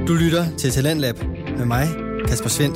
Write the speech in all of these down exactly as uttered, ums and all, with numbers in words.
Du lytter til Talentlab med mig, Kasper Svendt.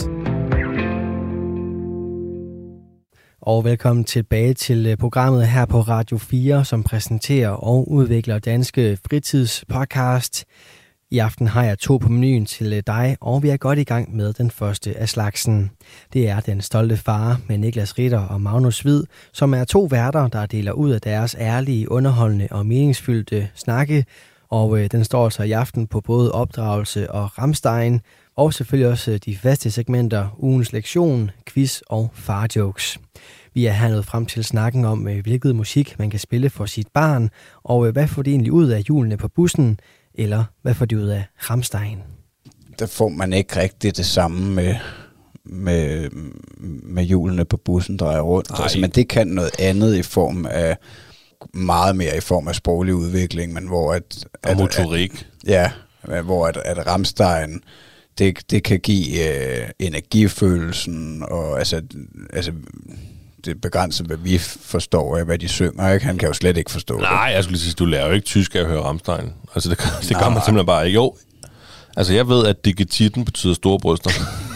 Og velkommen tilbage til programmet her på Radio fire, som præsenterer og udvikler danske fritidspodcast. I aften har jeg to på menuen til dig, og vi er godt i gang med den første af slagsen. Det er Den Stolte Far med Niklas Ritter og Magnus Hvid, som er to værter, der deler ud af deres ærlige, underholdende og meningsfyldte snakke. Og øh, den står altså i aften på både opdragelse og Rammstein, og selvfølgelig også de faste segmenter, ugens lektion, quiz og farjokes. Vi er her nået frem til snakken om, øh, hvilket musik man kan spille for sit barn, og øh, hvad får det egentlig ud af hjulene på bussen, eller hvad får det ud af Rammstein? Der får man ikke rigtig det samme med, med, med hjulene på bussen, der er rundt. Altså, men det kan noget andet i form af, meget mere i form af sproglig udvikling, men hvor at... Og at motorik. At, ja, hvor at, at Rammstein, det, det kan give øh, energifølelsen, og altså... altså det er begrænset, hvad vi forstår af, hvad de synger, ikke? Han kan jo slet ikke forstå Nej, det. jeg skulle lige sige, du lærer jo ikke tysk af at høre Rammstein. Altså, det, det gør man simpelthen bare ikke. Jo, altså jeg ved, at digititten betyder store bryster.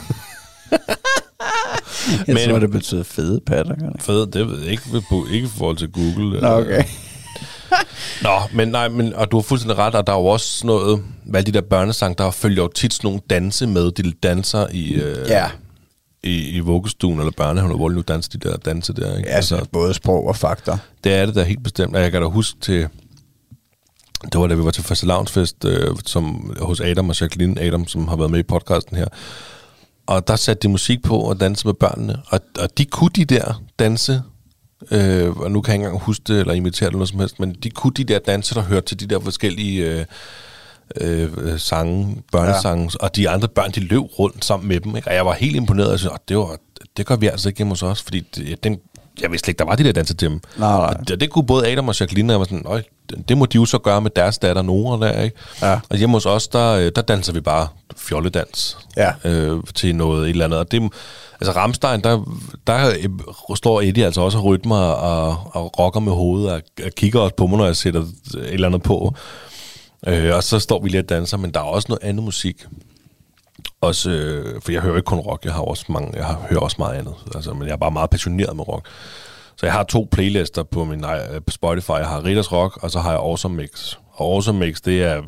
jeg men, tror, det betyder fede patter. Fede, det ved jeg ikke, ikke i forhold til Google. Nå, okay. Nå, men nej, men, og du har fuldstændig ret, og der er jo også noget, hvad de der børnesang, der følger jo tit sådan nogle danse med, de danser i... Øh, ja. i, i vuggestuen eller børnehaven, hvor de nu danser de der danse der, ikke? Ja, altså, både sprog og fakta. Det er det der helt bestemt, og jeg kan da huske til, det var da vi var til fastelavnsfest, øh, som hos Adam og Jacqueline Adam, som har været med i podcasten her, og der satte de musik på og danse med børnene, og, og de kunne de der danse, øh, og nu kan jeg ikke engang huske det, eller imitere det eller noget som helst, men de kunne de der danse, der hørte til de der forskellige... Øh, Øh, sange, børnesange, ja. Og de andre børn, de løb rundt sammen med dem, ikke? Og jeg var helt imponeret, og synes, det, var, det gør vi altså ikke hjemme hos os, fordi det, den, jeg vidste ikke, der var de der danser til dem. Nej, nej. Og det, det kunne både Adam og Jacqueline, og jeg var sådan, Øj, det, det må de jo så gøre med deres datter Nora der, ikke? Ja. Og hjemme hos os, der, der danser vi bare fjolledans ja. øh, til noget et eller andet, og det, altså Rammstein, der, der står Eddie altså også og rytmer og, og rocker med hovedet, og, og kigger også på mig, når jeg sætter et eller andet på. Øh, og så står vi lige og danser, men der er også noget andet musik. Også, øh, for jeg hører ikke kun rock, jeg har også mange, jeg har, hører også meget andet. Altså, men jeg er bare meget passioneret med rock. Så jeg har to playlister på min øh, på Spotify. Jeg har Ritters Rock, og så har jeg Awesome Mix. Og Awesome Mix, det er...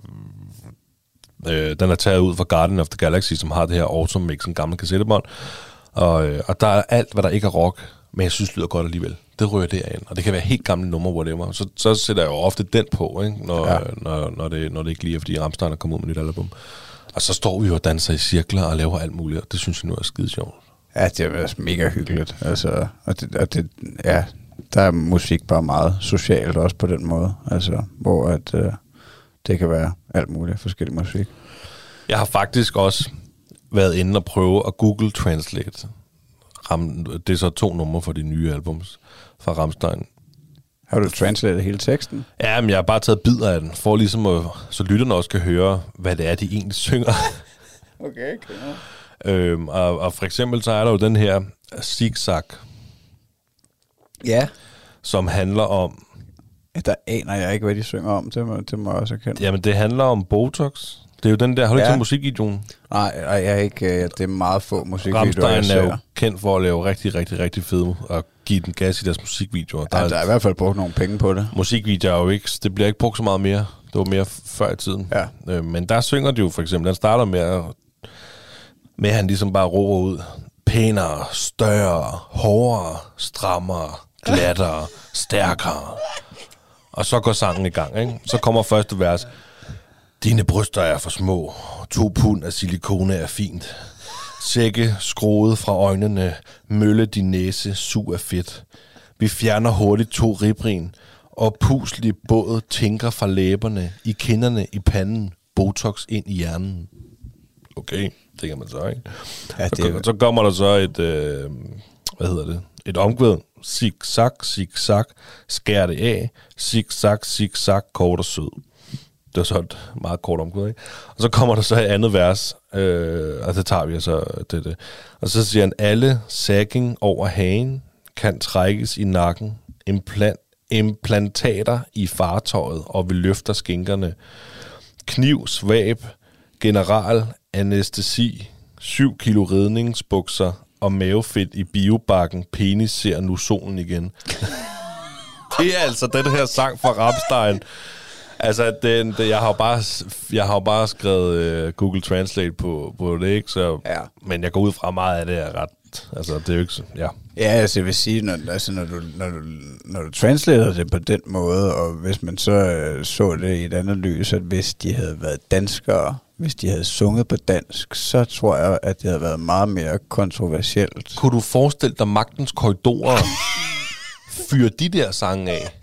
Øh, den er taget ud fra Guardian of the Galaxy, som har det her Awesome Mix, en gammel kassettebånd. Og, øh, og der er alt, hvad der ikke er rock, men jeg synes, lyder godt alligevel. Det ryger derind, og det kan være helt gamle numre, whatever. Så, så sætter jeg jo ofte den på, ikke? Når, ja. når, når, det, når det ikke lige er, fordi Rammstein er kommet ud med nyt album. Og så står vi jo og danser i cirkler og laver alt muligt, og det synes jeg nu er skide sjovt. Ja, det er mega hyggeligt. Altså, og det, og det, ja, der er musik bare meget socialt også på den måde, altså, hvor at, øh, det kan være alt muligt forskellig musik. Jeg har faktisk også været inde og prøve at Google Translate. Det er så to numre for de nye albums fra Rammstein. Har du translatet hele teksten? Ja, men jeg har bare taget bidder af den, for ligesom at, så lytterne også kan høre, hvad det er, de egentlig synger. Okay, okay. øhm, og, og for eksempel så er der jo den her Zigzag. Ja. Som handler om... Ja, der aner jeg ikke, hvad de synger om. Det må, det må jeg også erkende. Jamen, det handler om Botox. Det er jo den der... Har du ja. ikke set musikvideoen? Nej, jeg er ikke... Det er meget få musikvideoer, Rammstein er jo kendt for at lave rigtig, rigtig, rigtig fede og give den gas i deres musikvideoer. Der, ja, der er i hvert fald brugt nogle penge på det. Musikvideoer er jo ikke... Det bliver ikke brugt så meget mere. Det var mere før i tiden. Ja. Øh, men der synger de jo for eksempel... Den starter med at... Med at han ligesom bare råber ud. Pænere, større, hårdere, strammere, glattere, stærkere. Og så går sangen i gang, ikke? Så kommer første vers. Dine bryster er for små. To pund af silikone er fint. Sække skruet fra øjnene. Mølle din næse. Sug af fedt. Vi fjerner hurtigt to ribrin. Og puslig båd tænker fra læberne. I kinderne, i panden. Botox ind i hjernen. Okay, det kan man så, ikke? Ja, det er... Så kommer der så et... Øh, hvad hedder det? Et omkvæd. Zigzag, zigzag. Skær det af. Zigzag, zigzag. Kort og sød. Det var så et meget kort omkvæd, ikke? Og så kommer der så et andet vers, øh, og det tager vi så det, det. Og så siger han, alle sagging over hagen kan trækkes i nakken, implant, implantater i fartøjet, og vi løfter skinkerne. Kniv, svab, general, anæstesi, syv kilo redningsbukser og mavefedt i biobakken. Penis ser nu solen igen. Det er altså den her sang fra Rammstein. Altså, den, det, jeg har jo bare, jeg har jo bare skrevet uh, Google Translate på, på det, ikke? Så, ja. Men jeg går ud fra meget af det er ret. Altså, det er jo ikke så, ja. Ja, altså, jeg vil sige, når, altså, når, du, når, du, når du translater det på den måde, og hvis man så øh, så det i et andet lys, at hvis de havde været danskere, hvis de havde sunget på dansk, så tror jeg, at det havde været meget mere kontroversielt. Kunne du forestille dig Magtens Korridorer fyre de der sange af?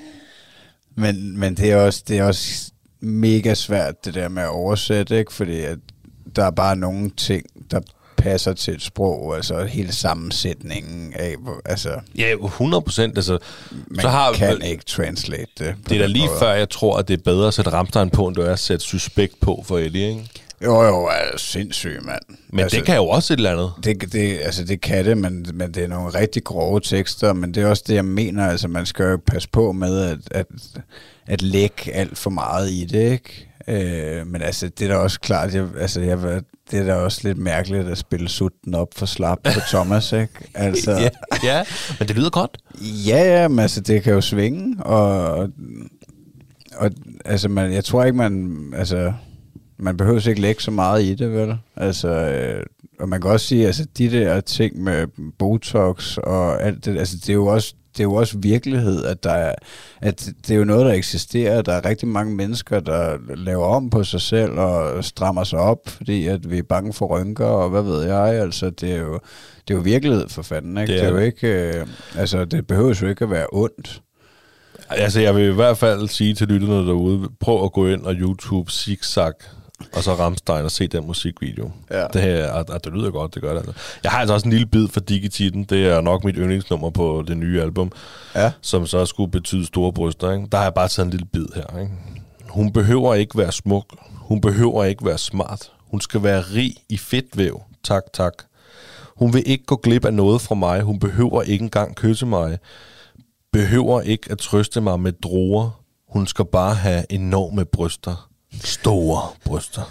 Men, men det, er også, det er også mega svært, det der med at oversætte, ikke? Fordi at der er bare nogle ting, der passer til et sprog, altså hele sammensætningen af, altså... Ja, hundrede procent, altså... Man så har, kan ikke translate det. Det er da lige måde. Før, jeg tror, at det er bedre at sætte Rammstein på, end du er at sætte Suspekt på for Eddie, ikke? Jo, jo, altså sindssygt, mand. Men altså, det kan jo også et eller andet. Det, det, altså, det kan det, men, men det er nogle rigtig grove tekster, men det er også det, jeg mener, altså man skal jo passe på med at, at, at lægge alt for meget i det, ikke? Øh, men altså, det er da også klart, jeg, altså, jeg, det er da også lidt mærkeligt at spille sutten op for slap på Thomas, ikke? Altså, ja, ja, men det lyder godt. Ja, ja, men altså, det kan jo svinge, og, og, og altså, man, jeg tror ikke, man, altså, man behøver ikke lægge så meget i det, vel? Altså, øh, og man kan også sige, altså, de der ting med Botox og alt det, altså, det er jo også, det er jo også virkelighed, at der er, at det er jo noget, der eksisterer. Der er rigtig mange mennesker, der laver om på sig selv og strammer sig op, fordi at vi er bange for rynker, og hvad ved jeg. Altså, det er jo, det er jo virkelighed for fanden, ikke? Det er, det er jo ikke, øh, altså, det behøver jo ikke at være ondt. Altså, jeg vil i hvert fald sige til lytterne derude, prøv at gå ind og YouTube Zigzag, og så Rammstein og se den musikvideo. Ja. Det her, at, at det lyder godt, det gør det. Altså. Jeg har altså også en lille bid for Digititten. Det er nok mit yndlingsnummer på det nye album, ja. Som så skulle betyde store bryster. Ikke? Der har jeg bare taget en lille bid her. Ikke? Hun behøver ikke være smuk. Hun behøver ikke være smart. Hun skal være rig i fedtvæv. Tak, tak. Hun vil ikke gå glip af noget fra mig. Hun behøver ikke engang kysse mig. Behøver ikke at trøste mig med droger. Hun skal bare have enorme bryster. Store bryster.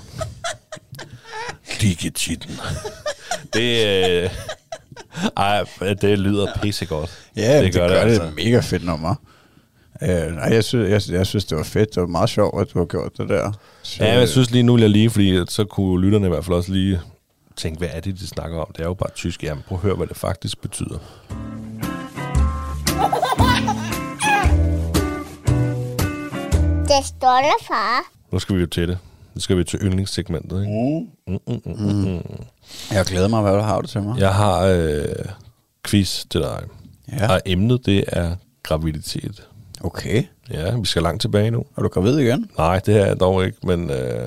Digititten. Det, øh, ej, det lyder pissegodt. Ja, det, det gør det, det altså. Det mega fedt nummer. Uh, nej, jeg synes, jeg, jeg synes, det var fedt. Det var meget sjovt, at du har gjort det der. Så, ja, jeg synes lige nu, jeg lige, fordi så kunne lytterne i hvert fald også lige tænke, hvad er det, de snakker om? Det er jo bare tysk. Jamen, prøv at høre, hvad det faktisk betyder. Det står der, far. Nu skal vi jo til det. Nu skal vi til yndlingssegmentet, ikke? Mm. Mm, mm, mm, mm. Jeg glæder mig, hvad du har det til mig. Jeg har øh, quiz til dig. Ja. Og emnet, det er graviditet. Okay. Ja, vi skal langt tilbage nu. Er du gravid igen? Nej, det er jeg dog ikke, men øh,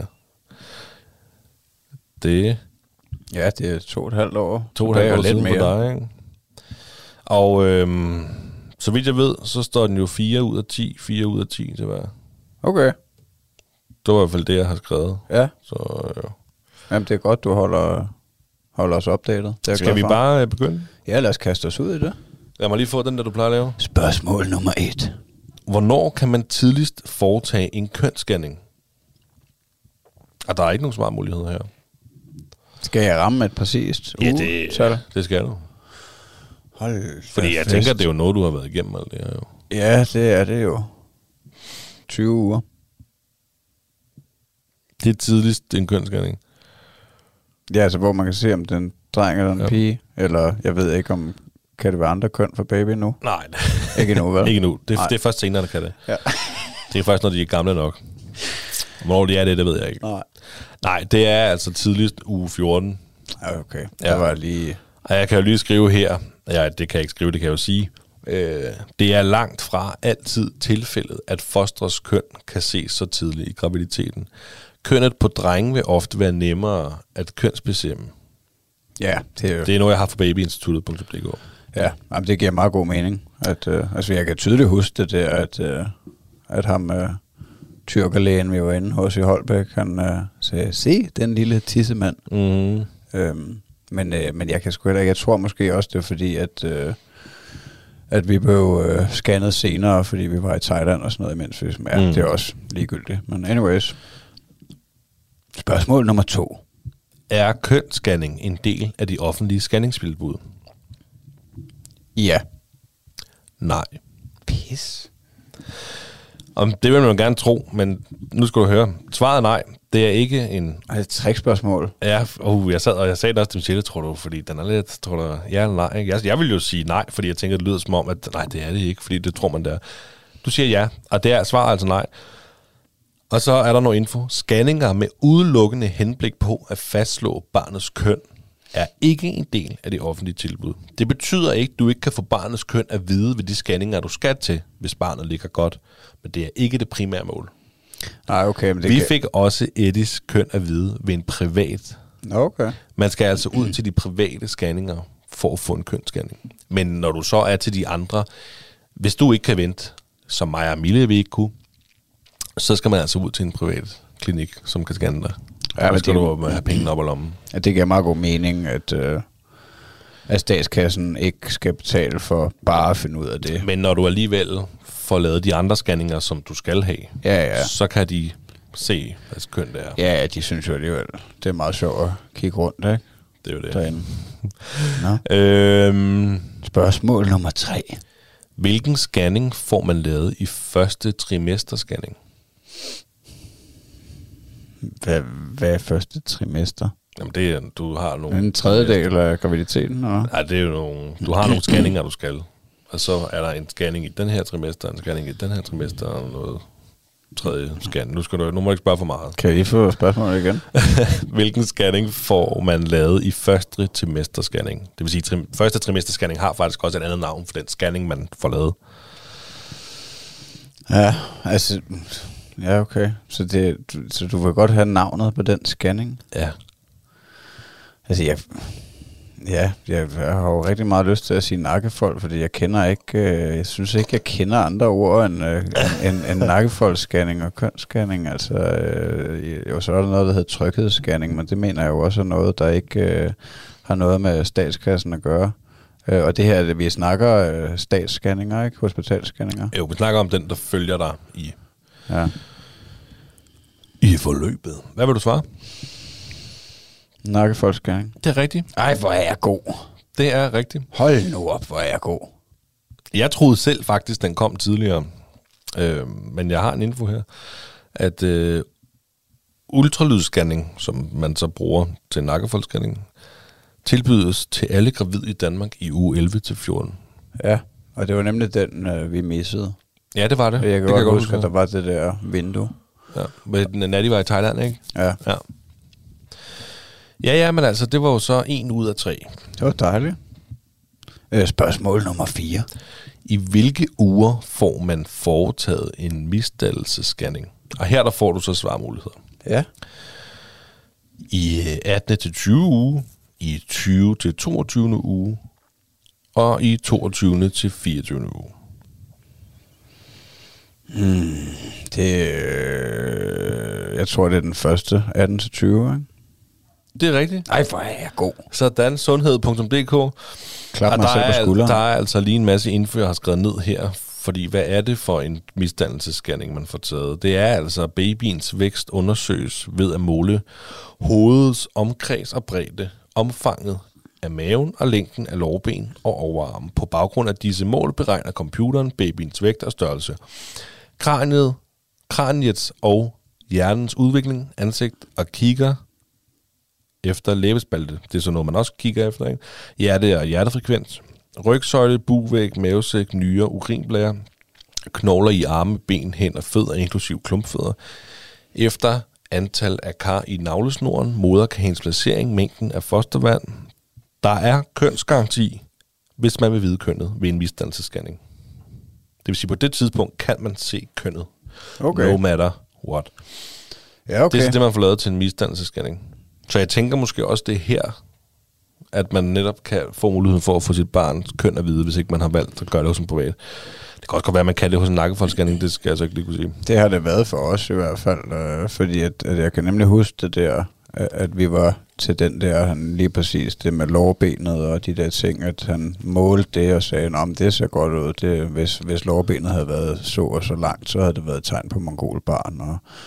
det... Ja, det er to og et halvt år. To og et halvt år siden for dig, ikke? Og øh, så vidt jeg ved, så står den jo fire ud af ti. fire ud af ti, det var. Okay. Det var i hvert fald det, jeg har skrevet. Ja. Så, øh. Jamen, det er godt, du holder, holder os opdateret. Skal vi bare øh, begynde? Ja, lad os kaste os ud i det. Lad mig lige få den, der du plejer at lave. Spørgsmål nummer et. Hvornår kan man tidligst foretage en kønsscanning? Og der er ikke nogen smart muligheder her. Skal jeg ramme et præcist uge? Ja, det, ja, det skal du. Hold Fordi jeg fest. tænker, det er jo noget, du har været igennem alt det her jo. Ja, det er det jo. tyve uger. Det er tidligst en kønsscanning. Ja, altså hvor man kan se, om den dreng eller en ja. pige, eller jeg ved ikke, om kan det være andre køn for baby nu? Nej. Ikke endnu, vel? Ikke endnu. Det, det er først senere, der kan det. Ja. Det er først, når de er gamle nok. Hvornår de er det, det ved jeg ikke. Nej. Nej, det er altså tidligst uge fjorten. Ja, okay. Ja. Det var lige... Og jeg kan jo lige skrive her, ja, det kan jeg ikke skrive, det kan jeg jo sige, øh, det er langt fra altid tilfældet, at fostrets køn kan ses så tidligt i graviditeten. Kønnet på drenge vil ofte være nemmere at kønsbestemme. Ja, det er jo... Det er noget, jeg har fra babyinstituttet punktum d k. Ja, jamen, det giver meget god mening. At, øh, altså, jeg kan tydeligt huske det der, at, øh, at ham... Øh, tyrkerlægen, vi var inde hos i Holbæk, han øh, sagde, se, den lille tissemand. Mm. Øhm, men, øh, men jeg kan sgu heller ikke, jeg tror måske også, det er fordi, at, øh, at vi blev øh, scannet senere, fordi vi var i Thailand og sådan noget, imens vi, ja, mm. det er også ligegyldigt. Men anyways. Spørgsmål nummer to. Er kønsscanning en del af de offentlige scanningstilbud? Ja. Nej. Pis. Om det vil man gerne tro, men nu skal du høre. Svaret er nej. Det er ikke en... Er det et trickspørgsmål? Ja, uh, jeg sad, og jeg sagde det også til Michelle, tror du, fordi den er lidt, tror du, ja eller nej. Jeg, jeg vil jo sige nej, fordi jeg tænker, det lyder som om, at nej, det er det ikke, fordi det tror man der. Du siger ja, og det er svaret altså nej. Og så er der noget info. Scanninger med udelukkende henblik på at fastslå barnets køn er ikke en del af det offentlige tilbud. Det betyder ikke, at du ikke kan få barnets køn at vide ved de scanninger, du skal til, hvis barnet ligger godt. Men det er ikke det primære mål. Nej, okay. Men det Vi kan... fik også Eddies køn at vide ved en privat. Okay. Man skal altså ud til de private scanninger for at få en kønsscanning. Men når du så er til de andre, hvis du ikke kan vente, som mig og Mille vi ikke kunne, så skal man altså ud til en privat klinik, som kan scanne dig. Ja, men skal det... du have pengene op ad lommen. Ja, det giver meget god mening, at, øh, at statskassen ikke skal betale for bare at finde ud af det. Men når du alligevel får lavet de andre scanninger, som du skal have, ja, ja. så kan de se, hvad køn det er. Ja, ja, de synes jo alligevel, det er meget sjovt at kigge rundt, ikke? Det er jo det. Derinde. Nå. Øhm, Spørgsmål nummer tre. Hvilken scanning får man lavet i første trimesterscanning? Hvad, hvad er første trimester? Jamen det er, du har nogle... En tredjedel af graviditeten, eller? Nej, det er jo nogle... Du har nogle scanninger, du skal. Og så er der en scanning i den her trimester, en scanning i den her trimester, og noget tredje scanning. Nu, skal du, nu må du ikke spørge for meget. Kan I få spørgsmålet igen? Hvilken scanning får man lavet i første trimesterscanning? Det vil sige, at tri- første trimesterscanning har faktisk også et andet navn for den scanning, man får lavet. Ja, altså... Ja, okay. Så, det, du, så du vil godt have navnet på den scanning? Ja. Altså, jeg... Ja, jeg, jeg har jo rigtig meget lyst til at sige nakkefold, fordi jeg kender ikke... Øh, jeg synes ikke, jeg kender andre ord end, øh, end, end nakkefoldsscanning og kønsscanning. Altså, øh, jo, så er der noget, der hedder tryghedsscanning, men det mener jeg jo også er noget, der ikke øh, har noget med statskassen at gøre. Øh, og det her, det, vi snakker øh, statsscanninger, ikke? Hospitalscanninger. Jo, vi snakker om den, der følger dig i... Ja. I forløbet. Hvad vil du svare? Nakkefoldsscanning. Det er rigtigt. Ej, hvor er jeg god. Det er rigtigt. Hold nu op, hvor er jeg god. Jeg troede selv faktisk, den kom tidligere. Øh, men jeg har en info her. At øh, ultralydsscanning, som man så bruger til nakkefoldsscanning, tilbydes til alle gravide i Danmark i uge elleve til fjorten. Ja, og det var nemlig den, øh, vi missede. Ja, det var det. Jeg kan det godt kan huske, at der var det der vindue. Ja, men Natty var i Thailand, ikke? Ja. Ja. Ja, ja, men altså, det var jo så en ud af tre. Det var dejligt. Øh, spørgsmål nummer fire. I hvilke uger får man foretaget en misdannelsesscanning? Og her der får du så svarmuligheder. Ja. I attende til tyvende uge, i tyvende til toogtyvende uge, og i toogtyvende til fireogtyvende uge. Hmm, det øh, jeg tror, det er den første, atten til tyve, ikke? Det er rigtigt. Ej, hvor er jeg god. Sådan, sundhed punktum d k. Klap mig selv på skulderen. Der er altså lige en masse info, jeg har skrevet ned her. Fordi hvad er det for en misdannelsesscanning, man får taget? Det er altså, babyens vækst undersøges ved at måle hovedets omkreds og bredde, omfanget af maven og længden af lårben og overarmen. På baggrund af disse mål beregner computeren babyens vægt og størrelse. Kraniet, kraniets og hjernens udvikling, ansigt og kigger efter læbespalte. Det er så noget, man også kigger efter, ikke? Hjerte og hjertefrekvens. Rygsøjle, bugvæg, mavesæk, nyre, urinblære, knogler i arme, ben, hænder, fødder, inklusiv klumpfødder. Efter antal af kar i navlesnoren, moderkagens placering, mængden af fostervand. Der er kønsgaranti, hvis man vil vide kønnet ved en misdannelsesscanning. Det vil sige, på det tidspunkt kan man se kønnet. Okay. No matter what. Ja, okay. Det er så det, man får lavet til en misdannelsesscanning. Så jeg tænker måske også, det er her, at man netop kan få muligheden for at få sit barns køn at vide, hvis ikke man har valgt at gøre det hos en privat. Det kan også godt være, at man kan det hos en nakkefoldsscanning, det skal jeg så ikke lige kunne sige. Det har det været for os i hvert fald, øh, fordi at, at jeg kan nemlig huske det der, at vi var til den der, han lige præcis det med lårbenet og de der ting, at han målte det og sagde, om det ser godt ud. Det, hvis, hvis lårbenet havde været så og så langt, så havde det været et tegn på mongolbarn. Og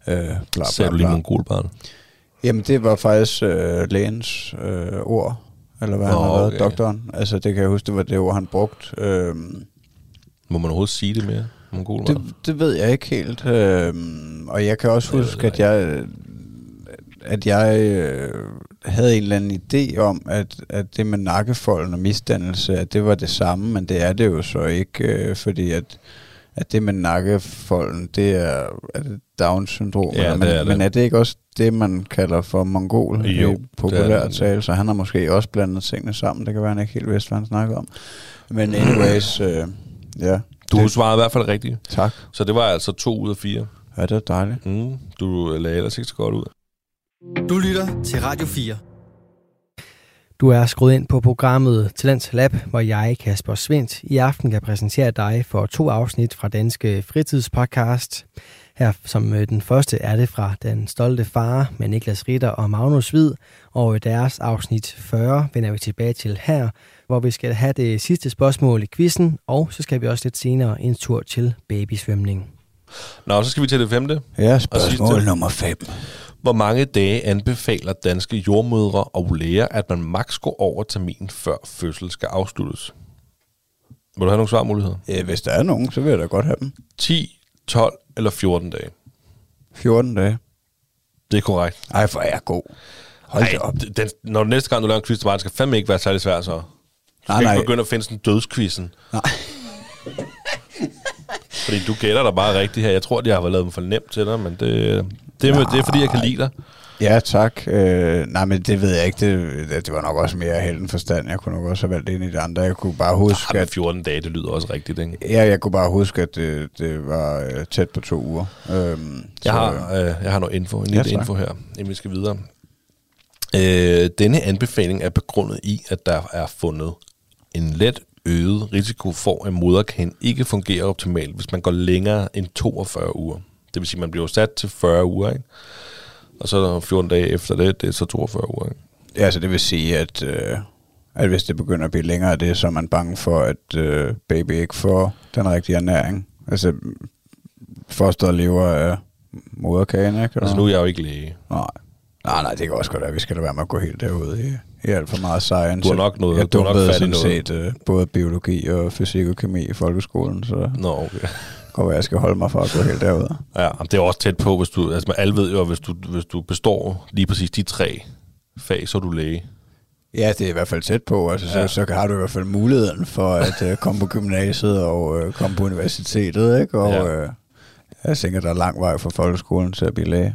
Øh, bla, bla, Sagde du lige mongolbarn? Jamen, det var faktisk øh, lægens øh, ord, eller hvad oh, han har været, okay. doktoren. Altså, det kan jeg huske, det var det ord, han brugte. Øh, Må man overhovedet sige det mere? Det, det ved jeg ikke helt. Øh, og jeg kan også jeg huske, at jeg, at jeg øh, havde en eller anden idé om, at, at det med nakkefolden og misdannelse, at det var det samme, men det er det jo så ikke, øh, fordi at, at det med nakkefolden, det er, er det Down-syndrom. Ja, men, det er det. men er det ikke også det, man kalder for mongol jo, i populært tale? Så han har måske også blandet tingene sammen. Det kan være, han ikke helt vidste, hvad han snakker om. Men anyways, øh, ja. Du det. svarede i hvert fald rigtigt. Tak. Så det var altså to ud af fire. Ja, det er dejligt. Mm, du lagde ellers ikke så godt ud. Du lytter til Radio fire. Du er skruet ind på programmet Talent Lab, hvor jeg, Kasper Svendt, i aften kan præsentere dig for to afsnit fra Danske Fritidspodcast. Her som den første er det fra Den Stolte Far med Niklas Ritter og Magnus Hvid, og deres afsnit fyrre vender vi tilbage til her, hvor vi skal have det sidste spørgsmål i quizzen, og så skal vi også lidt senere en tur til babysvømning. Nå, så skal vi til det femte. Ja, spørgsmål nummer fem. Hvor mange dage anbefaler danske jordmødre og læger, at man maks går over termin, før fødsel skal afsluttes? Vil du have nogle svarmuligheder? Ja, hvis der er nogen, så vil jeg da godt have dem. ti, tolv eller fjorten dage? fjorten dage. Det er korrekt. Ej, for er jeg god. Hold Ej, op. Den, når du næste gang, du laver en quiz til mig, det skal fandme ikke være særlig svært, så. Du skal nej, ikke nej. begynde at finde sådan en dødskvizzen. Nej. Fordi du gætter dig bare rigtigt her. Jeg tror, de har lavet dem for nemt til dig, men det, det, det, det er fordi, jeg kan lide dig. Ja, tak. Øh, nej, men det ved jeg ikke. Det, det var nok også mere held end forstand. Jeg kunne nok også have valgt ind i det andre. Jeg kunne bare huske, at fjorten dage, det lyder også rigtigt, ikke? Ja, jeg kunne bare huske, at det, det var øh, tæt på to uger. Øhm, jeg, så, har, øh, jeg har noget info, en ja, lille info her, inden vi skal videre. Øh, denne anbefaling er begrundet i, at der er fundet en let øget risiko for, at moderkagen ikke fungerer optimalt, hvis man går længere end toogfyrre uger. Det vil sige, at man bliver sat til fyrre uger, ikke? Og så fjorten dage efter det, det er så toogfyrre uger, ikke? Ja, så det vil sige, at, øh, at hvis det begynder at blive længere af det, så er man bange for, at øh, baby ikke får den rigtige ernæring. Altså, fosteret lever af moderkagen, ikke? Altså, nu er jeg jo ikke læge. Nej. Nej, nej, det kan også godt være. Vi skal da være med at gå helt derude i, i alt for meget science. Du har nok noget. Jeg dumpede sådan set uh, både biologi og fysik og kemi i folkeskolen, så Nå, okay. går jeg skal holde mig for at gå helt derude. Ja, det er også tæt på, hvis du, altså alle ved jo, at hvis du, hvis du består lige præcis de tre fag, så er du læge. Ja, det er i hvert fald tæt på. Altså, ja. så, så har du i hvert fald muligheden for at uh, komme på gymnasiet og uh, komme på universitetet, ikke? Og ja. uh, jeg tænker, der er lang vej fra folkeskolen til at blive læge.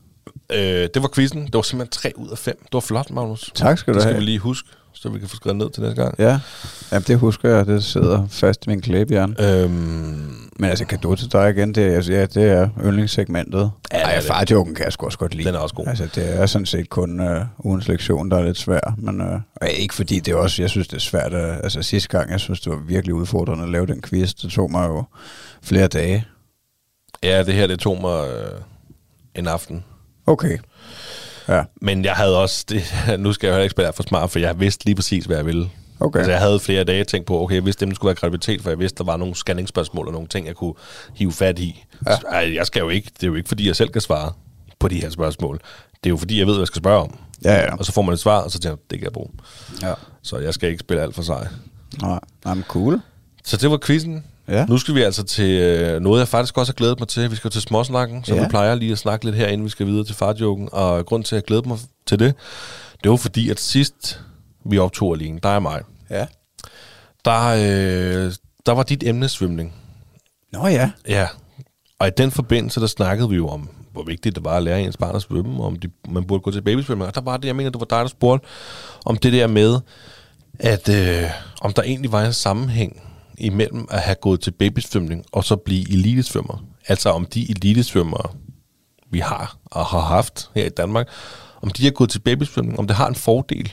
Øh, det var quizzen. Det var simpelthen tre ud af fem. Det var flot, Magnus. Tak skal du have. Det skal vi lige huske, så vi kan få skrevet ned til næste gang. Ja, Jamen, det husker jeg. Det sidder fast i min klæbehjern. Øhm, Men altså, kan du til dig igen? Det er, ja, det er yndlingssegmentet. Ja, Ej, farjoken kan jeg sgu også godt lide. Den er også god. Altså, det er sådan set kun øh, ugens lektion, der er lidt svær. Men øh, ikke fordi det er også, jeg synes, det er svært. At, altså, sidste gang, jeg synes, det var virkelig udfordrende at lave den quiz. Det tog mig jo flere dage. Ja, det her, det tog mig øh, en aften. Okay. Ja. Men jeg havde også, det, nu skal jeg jo ikke spille for smart, for jeg vidste lige præcis, hvad jeg ville. Okay. Altså jeg havde flere dage tænkt på, okay, jeg vidste, at det skulle være graviditet, for jeg vidste, der var nogle scanningsspørgsmål og nogle ting, jeg kunne hive fat i. Ja. Så, ej, jeg skal jo ikke, det er jo ikke, fordi jeg selv kan svare på de her spørgsmål. Det er jo fordi, jeg ved, hvad jeg skal spørge om. Ja, ja. Og så får man et svar, og så tænker jeg, det kan jeg bruge. Ja. Så jeg skal ikke spille alt for sig. Nej, I'm cool. Så det var quizzen. Ja. Nu skal vi altså til øh, noget, jeg faktisk også har glædet mig til. Vi skal til småsnakken, så ja. vi plejer lige at snakke lidt her, inden vi skal videre til farjoken. Og grund til, at jeg glæder mig til det, det var fordi, at sidst vi optog alene, dig og mig, ja. der, øh, der var dit emne svømning. Nå ja. Ja, og i den forbindelse, der snakkede vi jo om, hvor vigtigt det var at lære ens barn at svømme, om de, man burde gå til babysvømning. Og der var det, jeg mener, det var dig, der spurgte om det der med, at øh, om der egentlig var en sammenhæng imellem at have gået til babysvømning og så blive elitesvømmer. Altså om de elitesvømmere, vi har og har haft her i Danmark, om de har gået til babysvømning, om det har en fordel.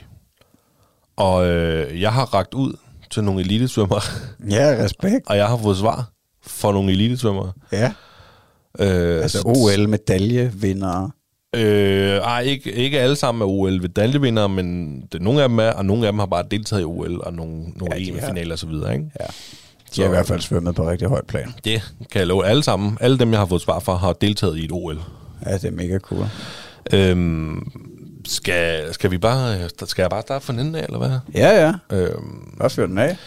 Og øh, jeg har rakt ud til nogle elitesvømmere. Ja, respekt. Og jeg har fået svar for nogle elitesvømmere. Ja. Øh, altså O L-medaljevindere. Øh, ej, ikke, ikke alle sammen er O L-medaljevindere, men det, nogle af dem er, og nogle af dem har bare deltaget i O L og nogle, nogle ja, E M-finaler og så videre, ikke? Ja. De har i hvert fald svømmet på rigtig højt plan. Det kan jeg love. Alle sammen, alle dem, jeg har fået svar fra, har deltaget i et O L. Ja, det er mega cool. Øhm, skal, skal vi bare, skal jeg bare starte fra den af, eller hvad? Ja, ja. Øhm, Bare fyr den af.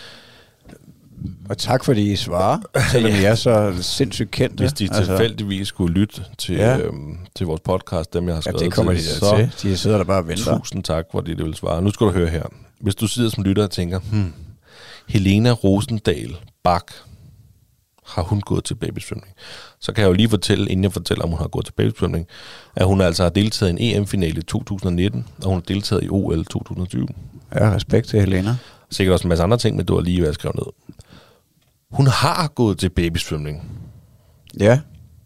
Og tak fordi I svarer, selvom ja. I er så sindssygt kendte. Hvis de tilfældigvis altså. skulle lytte til, ja. øhm, til vores podcast, dem jeg har skrevet ja, det kommer til, de så til. De sidder der bare og venter. Tusind tak, fordi det vil svare. Nu skal du høre her. Hvis du sidder som lytter og tænker, hmm, Helena Rosendal Bak, har hun gået til babysvømning? Så kan jeg jo lige fortælle, inden jeg fortæller, om hun har gået til babysvømning, at hun altså har deltaget i en E M-finale i to tusind nitten, og hun har deltaget i O L to tusind tyve. Ja, respekt til Helena. Sikkert også en masse andre ting, men det var lige, hvad jeg skrev ned. Hun har gået til babysvømning. Ja.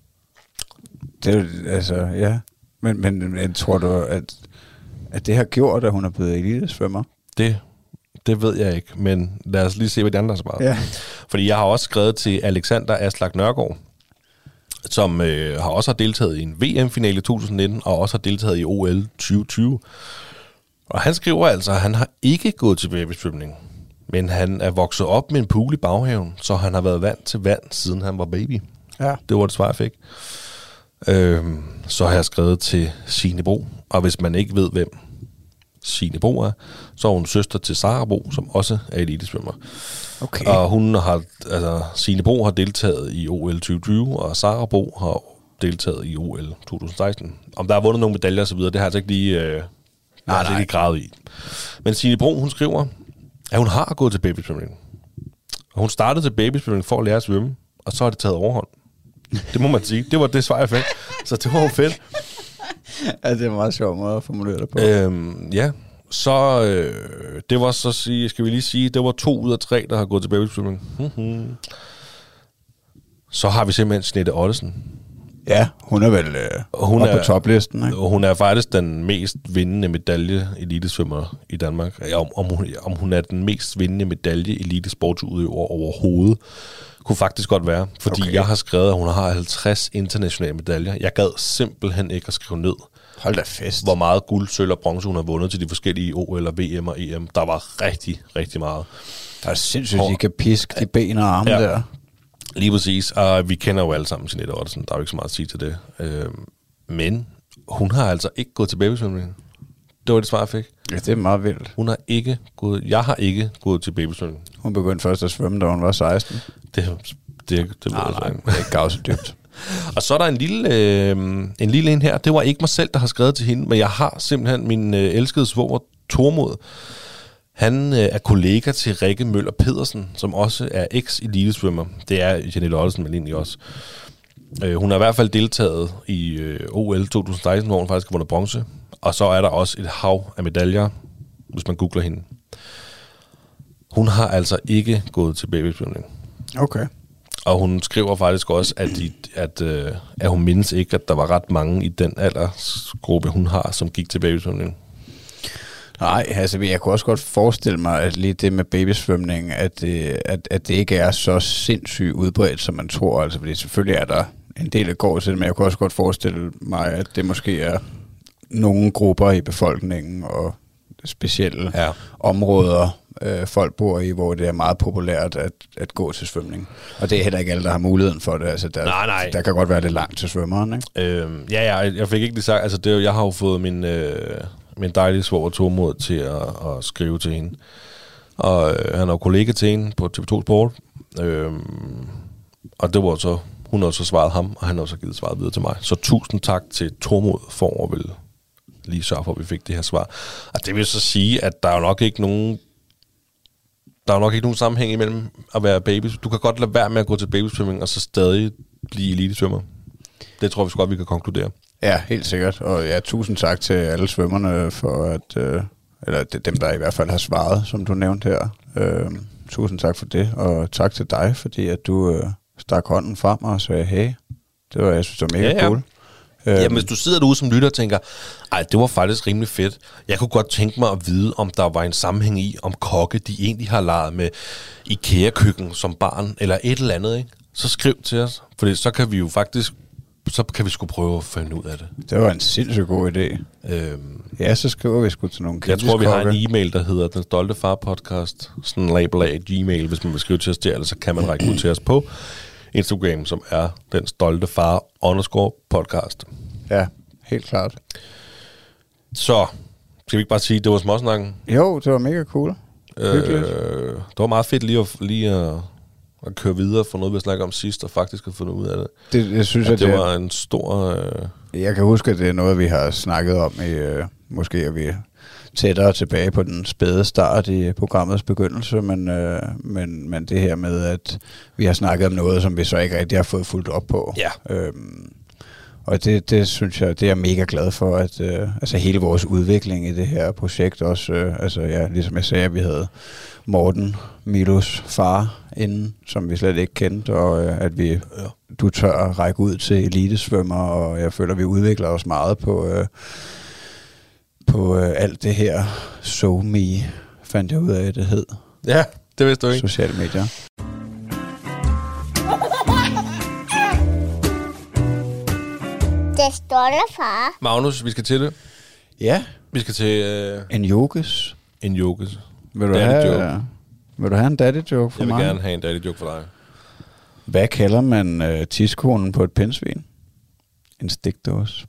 Det er altså, ja. Men, men, men tror du, at, at det har gjort, at hun er blevet elitesvømmer? Det, det ved jeg ikke, men lad os lige se, hvad de andre har svaret. Ja. Fordi jeg har også skrevet til Alexander Aslak Nørgaard, som øh, har også har deltaget i en V M-finale i to tusind nitten, og også har deltaget i O L tyve tyve. Og han skriver altså, at han har ikke gået til babysvømning, men han er vokset op med en pool i baghaven, så han har været vant til vand, siden han var baby. Ja. Det var det svar, jeg fik. Øhm, så har jeg skrevet til Signe Bro, og hvis man ikke ved, hvem Signe Bro er, så er hun søster til Sara Bro, som også er elitesvømmer. Okay. Og hun har, altså Signe Bro har deltaget i O L tyve tyve, og Sara Bro har deltaget i O L to tusind seksten. Om der er vundet nogle medaljer og så videre, det har jeg altså ikke lige, øh, nej, altså ikke gravet i. Men Signe Bro, hun skriver, at hun har gået til babysvømning. Og hun startede til babysvømning for at lære at svømme, og så har det taget overhånd. Det må man sige. Det var det svar, jeg fik. Så det var jo fedt. Ja, det er en meget sjov måde at formulere det på. Øhm, ja, så øh, det var så sige, skal vi lige sige, det var to ud af tre, der har gået til babysvømning. Mm-hmm. Så har vi simpelthen Jeanette Ottesen. Ja, hun er vel øh, hun er, på toplisten, ikke? Hun er faktisk den mest vindende medalje elitesvømmer i Danmark. Ja, om, om, hun, om hun er den mest vindende medalje elitesportsudøver overhovedet, kunne faktisk godt være. Fordi okay. jeg har skrevet, at hun har halvtreds internationale medaljer. Jeg gad simpelthen ikke at skrive ned, hold da fest, hvor meget guld, sølv og bronze hun har vundet til de forskellige O L og V M og E M. Der var rigtig, rigtig meget. Der er sindssygt, at de kan piske de ben og arme ja. der. Lige præcis, og vi kender jo alle sammen Jeanette Ottesen, der er jo ikke så meget at sige til det. Øh, men hun har altså ikke gået til babysvømning. Det var det svar, jeg fik. Ja, det er meget vildt. Hun har ikke gået, jeg har ikke gået til babysvømning. Hun begyndte først at svømme, da hun var seksten. Det, det, det nej, nej, det er ikke gav så dybt. Og så er der en lille, øh, en lille en her. Det var ikke mig selv, der har skrevet til hende, men jeg har simpelthen min øh, elskede svoger Tormod. Han øh, er kollega til Rikke Møller Pedersen, som også er eks-elitesvømmer. Det er Jeanette Ottesen, men egentlig også. Øh, hun har i hvert fald deltaget i øh, O L to tusind seksten, hvor hun faktisk har vundet bronze. Og så er der også et hav af medaljer, hvis man googler hende. Hun har altså ikke gået til babysvømning. Okay. Og hun skriver faktisk også, at, de, at, øh, at hun mindes ikke, at der var ret mange i den aldersgruppe, hun har, som gik til babysvømning. Nej, altså jeg kunne også godt forestille mig, at lige det med babysvømning, at det, at, at det ikke er så sindssygt udbredt, som man tror. Altså, fordi selvfølgelig er der en del, der går til det, men jeg kunne også godt forestille mig, at det måske er nogle grupper i befolkningen og specielle ja. områder, øh, folk bor i, hvor det er meget populært at, at gå til svømning. Og det er heller ikke alle, der har muligheden for det. Altså, der, nej, nej. der kan godt være lidt langt til svømmeren, ikke? Øhm, ja, ja, jeg fik ikke det sagt. Altså, det, jeg har jo fået min... Øh min dejlige svoger Tormod til at, at skrive til hende. Og øh, han er jo kollega til hende på T V to Sport. Øhm, og det var så, hun har så svaret ham, og han har så givet svaret videre til mig. Så tusind tak til Tormod for at vil lige sørge for, at vi fik det her svar. Og det vil så sige, at der er jo nok ikke nogen der er jo nok ikke nogen sammenhæng imellem at være baby. Du kan godt lade være med at gå til babysvømning, og så stadig blive elitesvømmer. Det tror vi så godt, vi kan konkludere. Ja, helt sikkert. Og ja, tusind tak til alle svømmerne for at, øh, eller dem, der i hvert fald har svaret, som du nævnte her. Øh, tusind tak for det, og tak til dig, fordi at du øh, stak hånden frem og sagde, hey, det var, jeg synes, det var mega ja, ja. cool. Jamen, hvis du sidder derude som lytter og tænker, ej, det var faktisk rimelig fedt. Jeg kunne godt tænke mig at vide, om der var en sammenhæng i, om kokke, de egentlig har leget med IKEA-køkken som barn, eller et eller andet, ikke? Så skriv til os, for så kan vi jo faktisk så kan vi sgu prøve at finde ud af det. Det var en sindssygt god idé. Øhm, ja, så skriver vi sgu til nogle kendiskokke. Jeg tror, vi har en e-mail, der hedder Den Stolte Far Podcast. Sådan en label af Gmail, hvis man vil skrive til os der, eller så kan man række ud til os på Instagram, som er Den Stolte Far underscore podcast. Ja, helt klart. Så, skal vi ikke bare sige, at det var småsnakken? Jo, det var mega cool. Øh, det var meget fedt lige at, lige at, at køre videre for noget, vi snakkede om sidst, og faktisk at få noget ud af det. Det, jeg synes, at at det, det var en stor... Øh... Jeg kan huske, at det er noget, vi har snakket om i... Øh, måske er vi tættere tilbage på den spæde start i programmets begyndelse, men, øh, men, men det her med, at vi har snakket om noget, som vi så ikke rigtig har fået fuldt op på. Ja. Øhm, og det, det synes jeg, det er jeg mega glad for, at øh, altså hele vores udvikling i det her projekt også, øh, altså ja, ligesom jeg sagde, vi havde Morten, Milos far inden, som vi slet ikke kendte, og øh, at vi, ja. du tør at række ud til elitesvømmer, og jeg føler, at vi udvikler os meget på, øh, på øh, alt det her SoMe, fandt jeg ud af, det hed. Ja, det vidste du ikke. Sociale medier. Det stolte far. Magnus, vi skal til det. Ja. Vi skal til... Øh, en yoghurt. En yoghurt. Vil du have, vil du have en daddy joke for mig? Jeg vil mig? gerne have en daddy joke for dig. Hvad kalder man øh, tidskonen på et pindsvin? En stikdåse.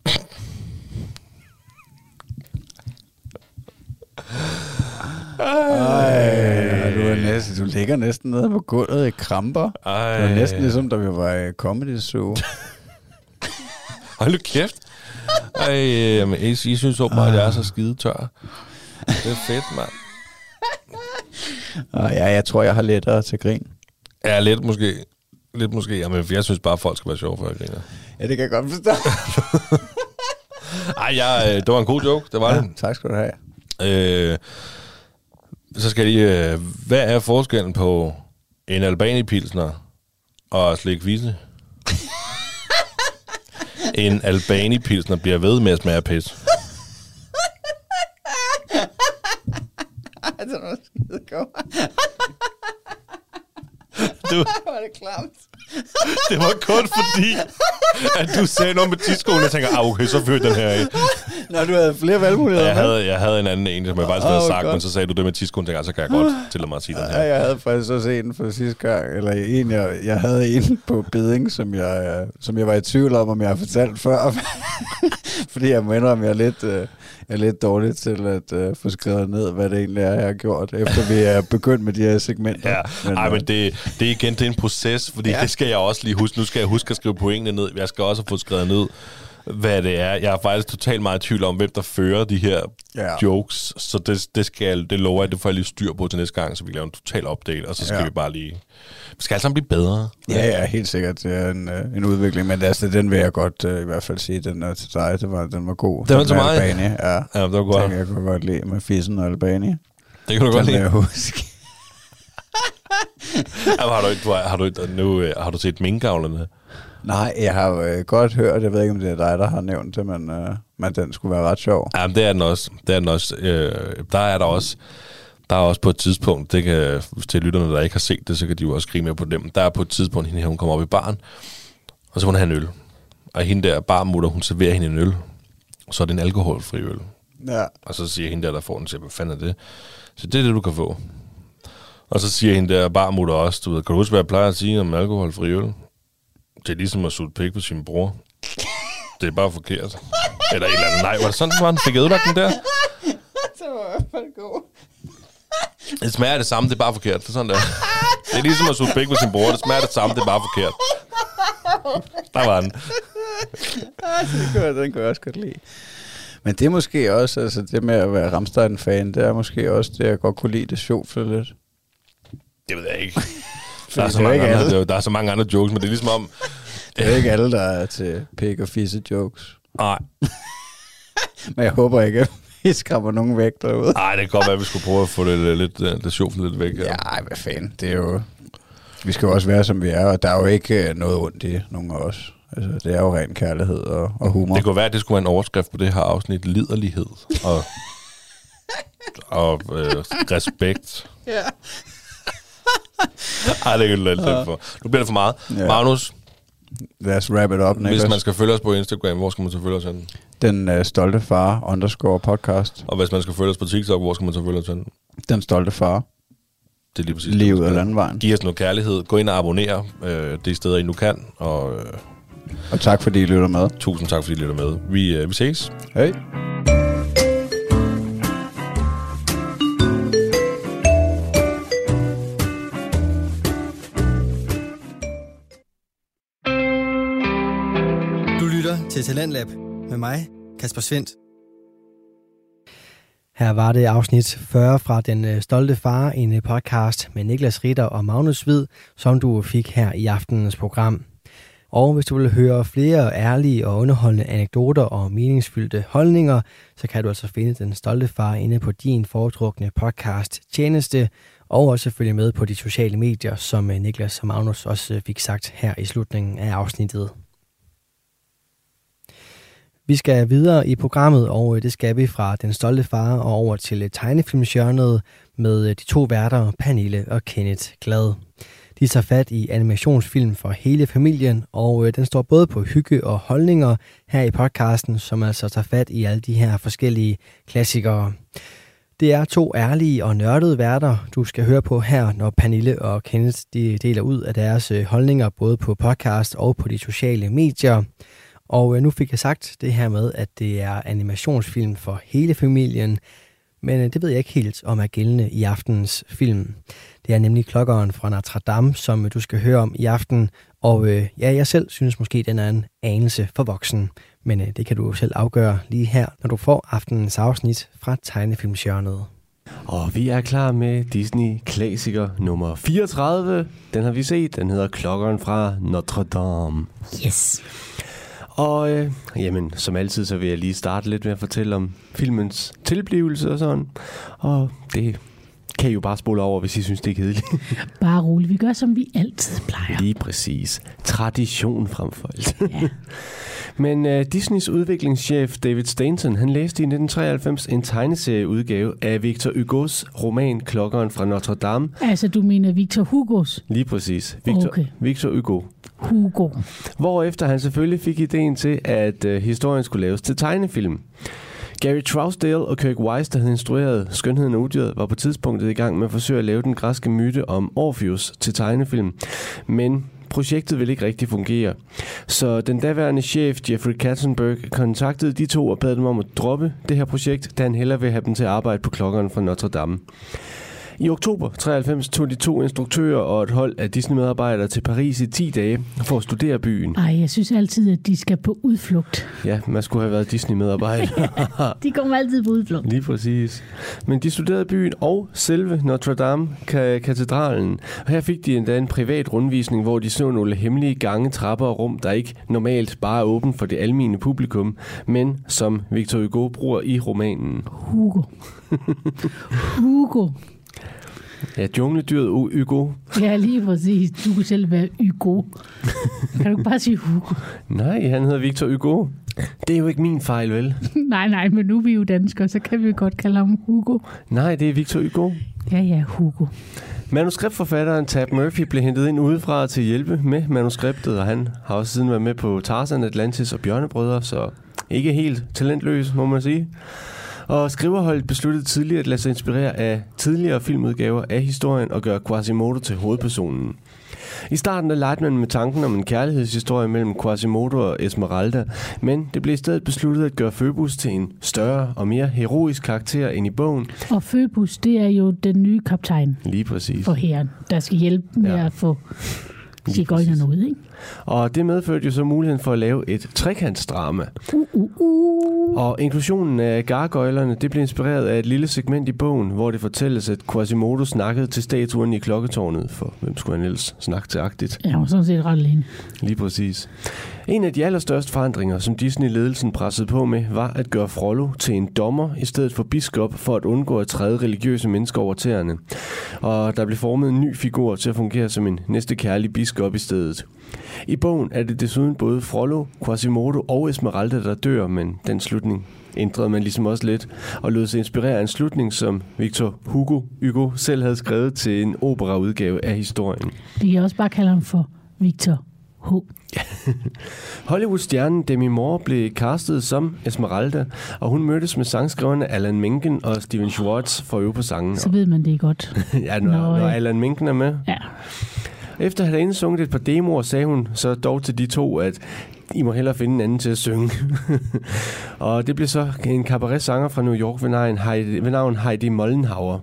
Ej, du, er næsten, du ligger næsten nede på gulvet i kramper. Ej. Det var næsten ligesom, da vi var i Comedy Zoo. Hold nu kæft. Ej, men I, I synes åbenbart, at jeg er så skide tør. Det er fedt, mand. Ja, jeg tror, jeg har lettere til grin. Ja, lidt måske. Lidt måske. Jamen, jeg synes bare, at folk skal være sjove, før jeg griner. Ja, det kan jeg godt forstå. Ej, jeg, det var en god joke. Det var ja, det. Tak skal du have. Øh, så skal jeg lige... Øh, hvad er forskellen på en Albani-pilsner og slik vise? En Albani-pilsner bliver ved med at smage pis. Ej, det var skide godt. Det var, var det klamt. Det var kun fordi, at du sagde noget med tidskolen, og jeg tænker, ah, okay, så fyrer den her af. Nå, du havde flere valgmuligheder. Jeg havde, jeg havde en anden en, som jeg faktisk havde oh, sagt, godt. Men så sagde du det med tidskolen, tænker jeg, så kan jeg godt tillade mig at sige den her. Ja, jeg havde faktisk også en for sidste gang, eller en, jeg, jeg havde en på Bidding, som jeg, som jeg var i tvivl om, om jeg har fortalt før. Fordi jeg må indrømme, jeg er lidt, øh, jeg er lidt dårlig til at øh, få skrevet ned, hvad det egentlig er, jeg har gjort, efter vi er begyndt med de her segmenter. Ja, men, Ej, men det, det er igen, det er en proces, fordi ja. Det skal jeg også lige huske. Nu skal jeg huske at skrive pointene ned. Jeg skal også få skrevet ned, hvad det er. Jeg er faktisk totalt meget i tvivl om, hvem der fører de her ja. jokes, så det, det, skal, det lover jeg, det får jeg lige styr på til næste gang, så vi laver en total update, og så skal ja. vi bare lige... Vi skal alle sammen blive bedre. Ja, ja, helt sikkert. Det er en, uh, en udvikling, men altså, den vil jeg godt uh, i hvert fald sige, den er til dig. Det var, den var god. Den var til mig? Albani. Ja, ja, det var godt. Den jeg kunne godt lide med Fissen og Albani. Det kan du den godt lide. Jeg huske. Jamen, har, du, du, har, du, nu, har du set Minkavlerne? Nej, jeg har øh, godt hørt, jeg ved ikke, om det er dig, der har nævnt det, men, øh, men den skulle være ret sjov. Jamen, det er den også. Det er den også. Øh, der er der også... Der er også på et tidspunkt, det kan, til lytterne, der ikke har set det, så kan de jo også skrive med på dem. Der er på et tidspunkt, hende her, hun kommer op i baren, og så vil hun have en øl. Og hende der barmutter, hun serverer hende en øl. Så er det en alkoholfri øl. Ja. Og så siger hende der, der får den, siger, hvad fanden er det? Så det er det, du kan få. Og så siger hende der barmutter også, du ved, kan du huske, hvad jeg plejer at sige om alkoholfri øl? Det er ligesom at sutte pik på sin bror. Det er bare forkert. Eller et eller andet. Nej, var det sådan, var han fik ødelagt den der? Det var i hvert fald god. Det smager det samme, det er bare forkert. Det er sådan der. Det er ligesom at sutte pik på sin bror. Det smager det samme, det er bare forkert. Der var den. Den kunne jeg, den kunne jeg også godt lide. Men det er måske også, altså det med at være Rammstein-fan, det er måske også det, jeg godt kunne lide, det sjovt lidt. Det ved jeg ikke. Der er, så mange andre, der er så mange andre jokes, men det er ligesom om... Det er ikke alle, der er til pik og fisse jokes. Nej. Men jeg håber ikke, at vi skræmmer nogen væk derude. Nej, det kan godt være, at vi skulle prøve at få det lidt, lidt, lidt sjovt lidt væk. Ja, ja hvad fanden. Det er jo... Vi skal jo også være, som vi er, og der er jo ikke noget ondt i nogen af os. Altså, det er jo ren kærlighed og, og humor. Det kunne være, at det skulle være en overskrift på det her afsnit. Liderlighed og, og øh, respekt. Ja. Ej, det kan du lidt ja. for. Nu bliver det for meget. Ja. Magnus. Lad os wrap it up, Niklas. Hvis man skal følge os på Instagram, hvor skal man så følge os hen? Den uh, stolte far underscore podcast. Og hvis man skal følge os på TikTok, hvor skal man så følge os hen? Den stolte far. Det er lige præcis. Livet af landvejen. Giv os noget kærlighed. Gå ind og abonner øh, de steder, I nu kan. Og øh, Og tak fordi I lytter med. Tusind tak fordi I lytter med. Vi, øh, vi ses. Hej. Du lytter til Talentlab med mig, Kasper Svendt. Her var det afsnit fyrre fra Den Stolte Far, en podcast med Niklas Ritter og Magnus Hvid, som du fik her i aftenens program. Og hvis du vil høre flere ærlige og underholdende anekdoter og meningsfyldte holdninger, så kan du altså finde Den Stolte Far inde på din foretrukne podcast tjeneste, og også følge med på de sociale medier, som Niklas og Magnus også fik sagt her i slutningen af afsnittet. Vi skal videre i programmet, og det skal vi fra Den Stolte Far og over til tegnefilmsjørnet med de to værter, Pernille og Kenneth Glad. De tager fat i animationsfilm for hele familien, og den står både på hygge og holdninger her i podcasten, som altså tager fat i alle de her forskellige klassikere. Det er to ærlige og nørdede værter, du skal høre på her, når Pernille og Kenneth de deler ud af deres holdninger både på podcast og på de sociale medier. Og nu fik jeg sagt det her med, at det er animationsfilm for hele familien, men det ved jeg ikke helt om er gældende i aftenens film. Det er nemlig Klokkeren fra Notre Dame, som du skal høre om i aften, og øh, ja, jeg selv synes måske, den er en anelse for voksen, men øh, det kan du jo selv afgøre lige her, når du får aftenens afsnit fra tegnefilmsjørnet. Og vi er klar med Disney-klassiker nummer fireogtredive. Den har vi set, den hedder Klokkeren fra Notre Dame. Yes. Og øh, jamen, som altid, så vil jeg lige starte lidt med at fortælle om filmens tilblivelse og sådan. Og det kan I jo bare spole over, hvis I synes, det er kedeligt. Bare roligt. Vi gør, som vi altid plejer. Lige præcis. Tradition frem for alt. Ja. Men uh, Disneys udviklingschef David Stanton, han læste i nitten treoghalvfems en tegneserieudgave af Victor Hugos roman Klokkeren fra Notre Dame. Altså, du mener Victor Hugos? Lige præcis. Victor, okay. Victor Hugo. Hugo. Hvorefter han selvfølgelig fik ideen til, at uh, historien skulle laves til tegnefilm. Gary Trousdale og Kirk Wise, der havde instrueret Skønheden og Udyret, var på tidspunktet i gang med at forsøge at lave den græske myte om Orpheus til tegnefilm. Men projektet ville ikke rigtig fungere. Så den daværende chef, Jeffrey Katzenberg, kontaktede de to og bad dem om at droppe det her projekt, da han hellere ville have dem til at arbejde på Klokkeren fra Notre Dame. I oktober treoghalvfems tog de to instruktører og et hold af Disney-medarbejdere til Paris i ti dage for at studere byen. Ej, jeg synes altid, at de skal på udflugt. Ja, man skulle have været Disney-medarbejder. De kommer altid på udflugt. Lige præcis. Men de studerede byen og selve Notre Dame-katedralen. Og her fik de endda en privat rundvisning, hvor de så nogle hemmelige gange, trapper og rum, der ikke normalt bare er åbent for det almene publikum, men som Victor Hugo bruger i romanen. Hugo. Hugo. Ja, jungledyret Hugo. Ja, lige præcis. Du kunne selv være Hugo. Kan du ikke bare sige Hugo? Nej, han hedder Victor Hugo. Det er jo ikke min fejl, vel? nej, nej, men nu er vi jo danskere, så kan vi jo godt kalde ham Hugo. Nej, det er Victor Hugo. Ja, ja, Hugo. Manuskriptforfatteren Tab Murphy blev hentet ind udefra til at hjælpe med manuskriptet, og han har også siden været med på Tarzan, Atlantis og Bjørnebrødre, så ikke helt talentløs, må man sige. Og skriverholdet besluttede tidligere at lade sig inspirere af tidligere filmudgaver af historien og gøre Quasimodo til hovedpersonen. I starten der legede man med tanken om en kærlighedshistorie mellem Quasimodo og Esmeralda, men det blev i stedet besluttet at gøre Phoebus til en større og mere heroisk karakter end i bogen. Og Phoebus, det er jo den nye kaptajn. Lige præcis. For hæren, der skal hjælpe med ja. at få cigøjnerne ud, ikke? Og det medførte jo så muligheden for at lave et trekantsdrama. Uh, uh, uh. Og inklusionen af gargoylerne, det blev inspireret af et lille segment i bogen, hvor det fortælles, at Quasimodo snakkede til statuen i klokketårnet, for hvem skulle han ellers snakke til agtigt? Ja, og sådan set ret alene. Lige præcis. En af de allerstørste forandringer, som Disney-ledelsen pressede på med, var at gøre Frollo til en dommer i stedet for biskop, for at undgå at træde religiøse mennesker over tæerne. Og der blev formet en ny figur til at fungere som en næstekærlig biskop i stedet. I bogen er det desuden både Frollo, Quasimodo og Esmeralda, der dør, men den slutning ændrede man ligesom også lidt, og lod sig inspirere af en slutning, som Victor Hugo, Hugo selv havde skrevet til en operaudgave af historien. Vi kan også bare kalde ham for Victor H. Hollywood-stjernen Demi Moore blev castet som Esmeralda, og hun mødtes med sangskriverne Alan Menken og Steven Schwartz for at øve på sangen. Så ved man det godt. ja, når, når, når Alan Menken er med. Ja. Efter at have indsunget et par demoer, sagde hun så dog til de to, at I må hellere finde en anden til at synge. Og det blev så en cabaret-sanger fra New York ved navn Heidi, ved navn Heidi Mollenhauer.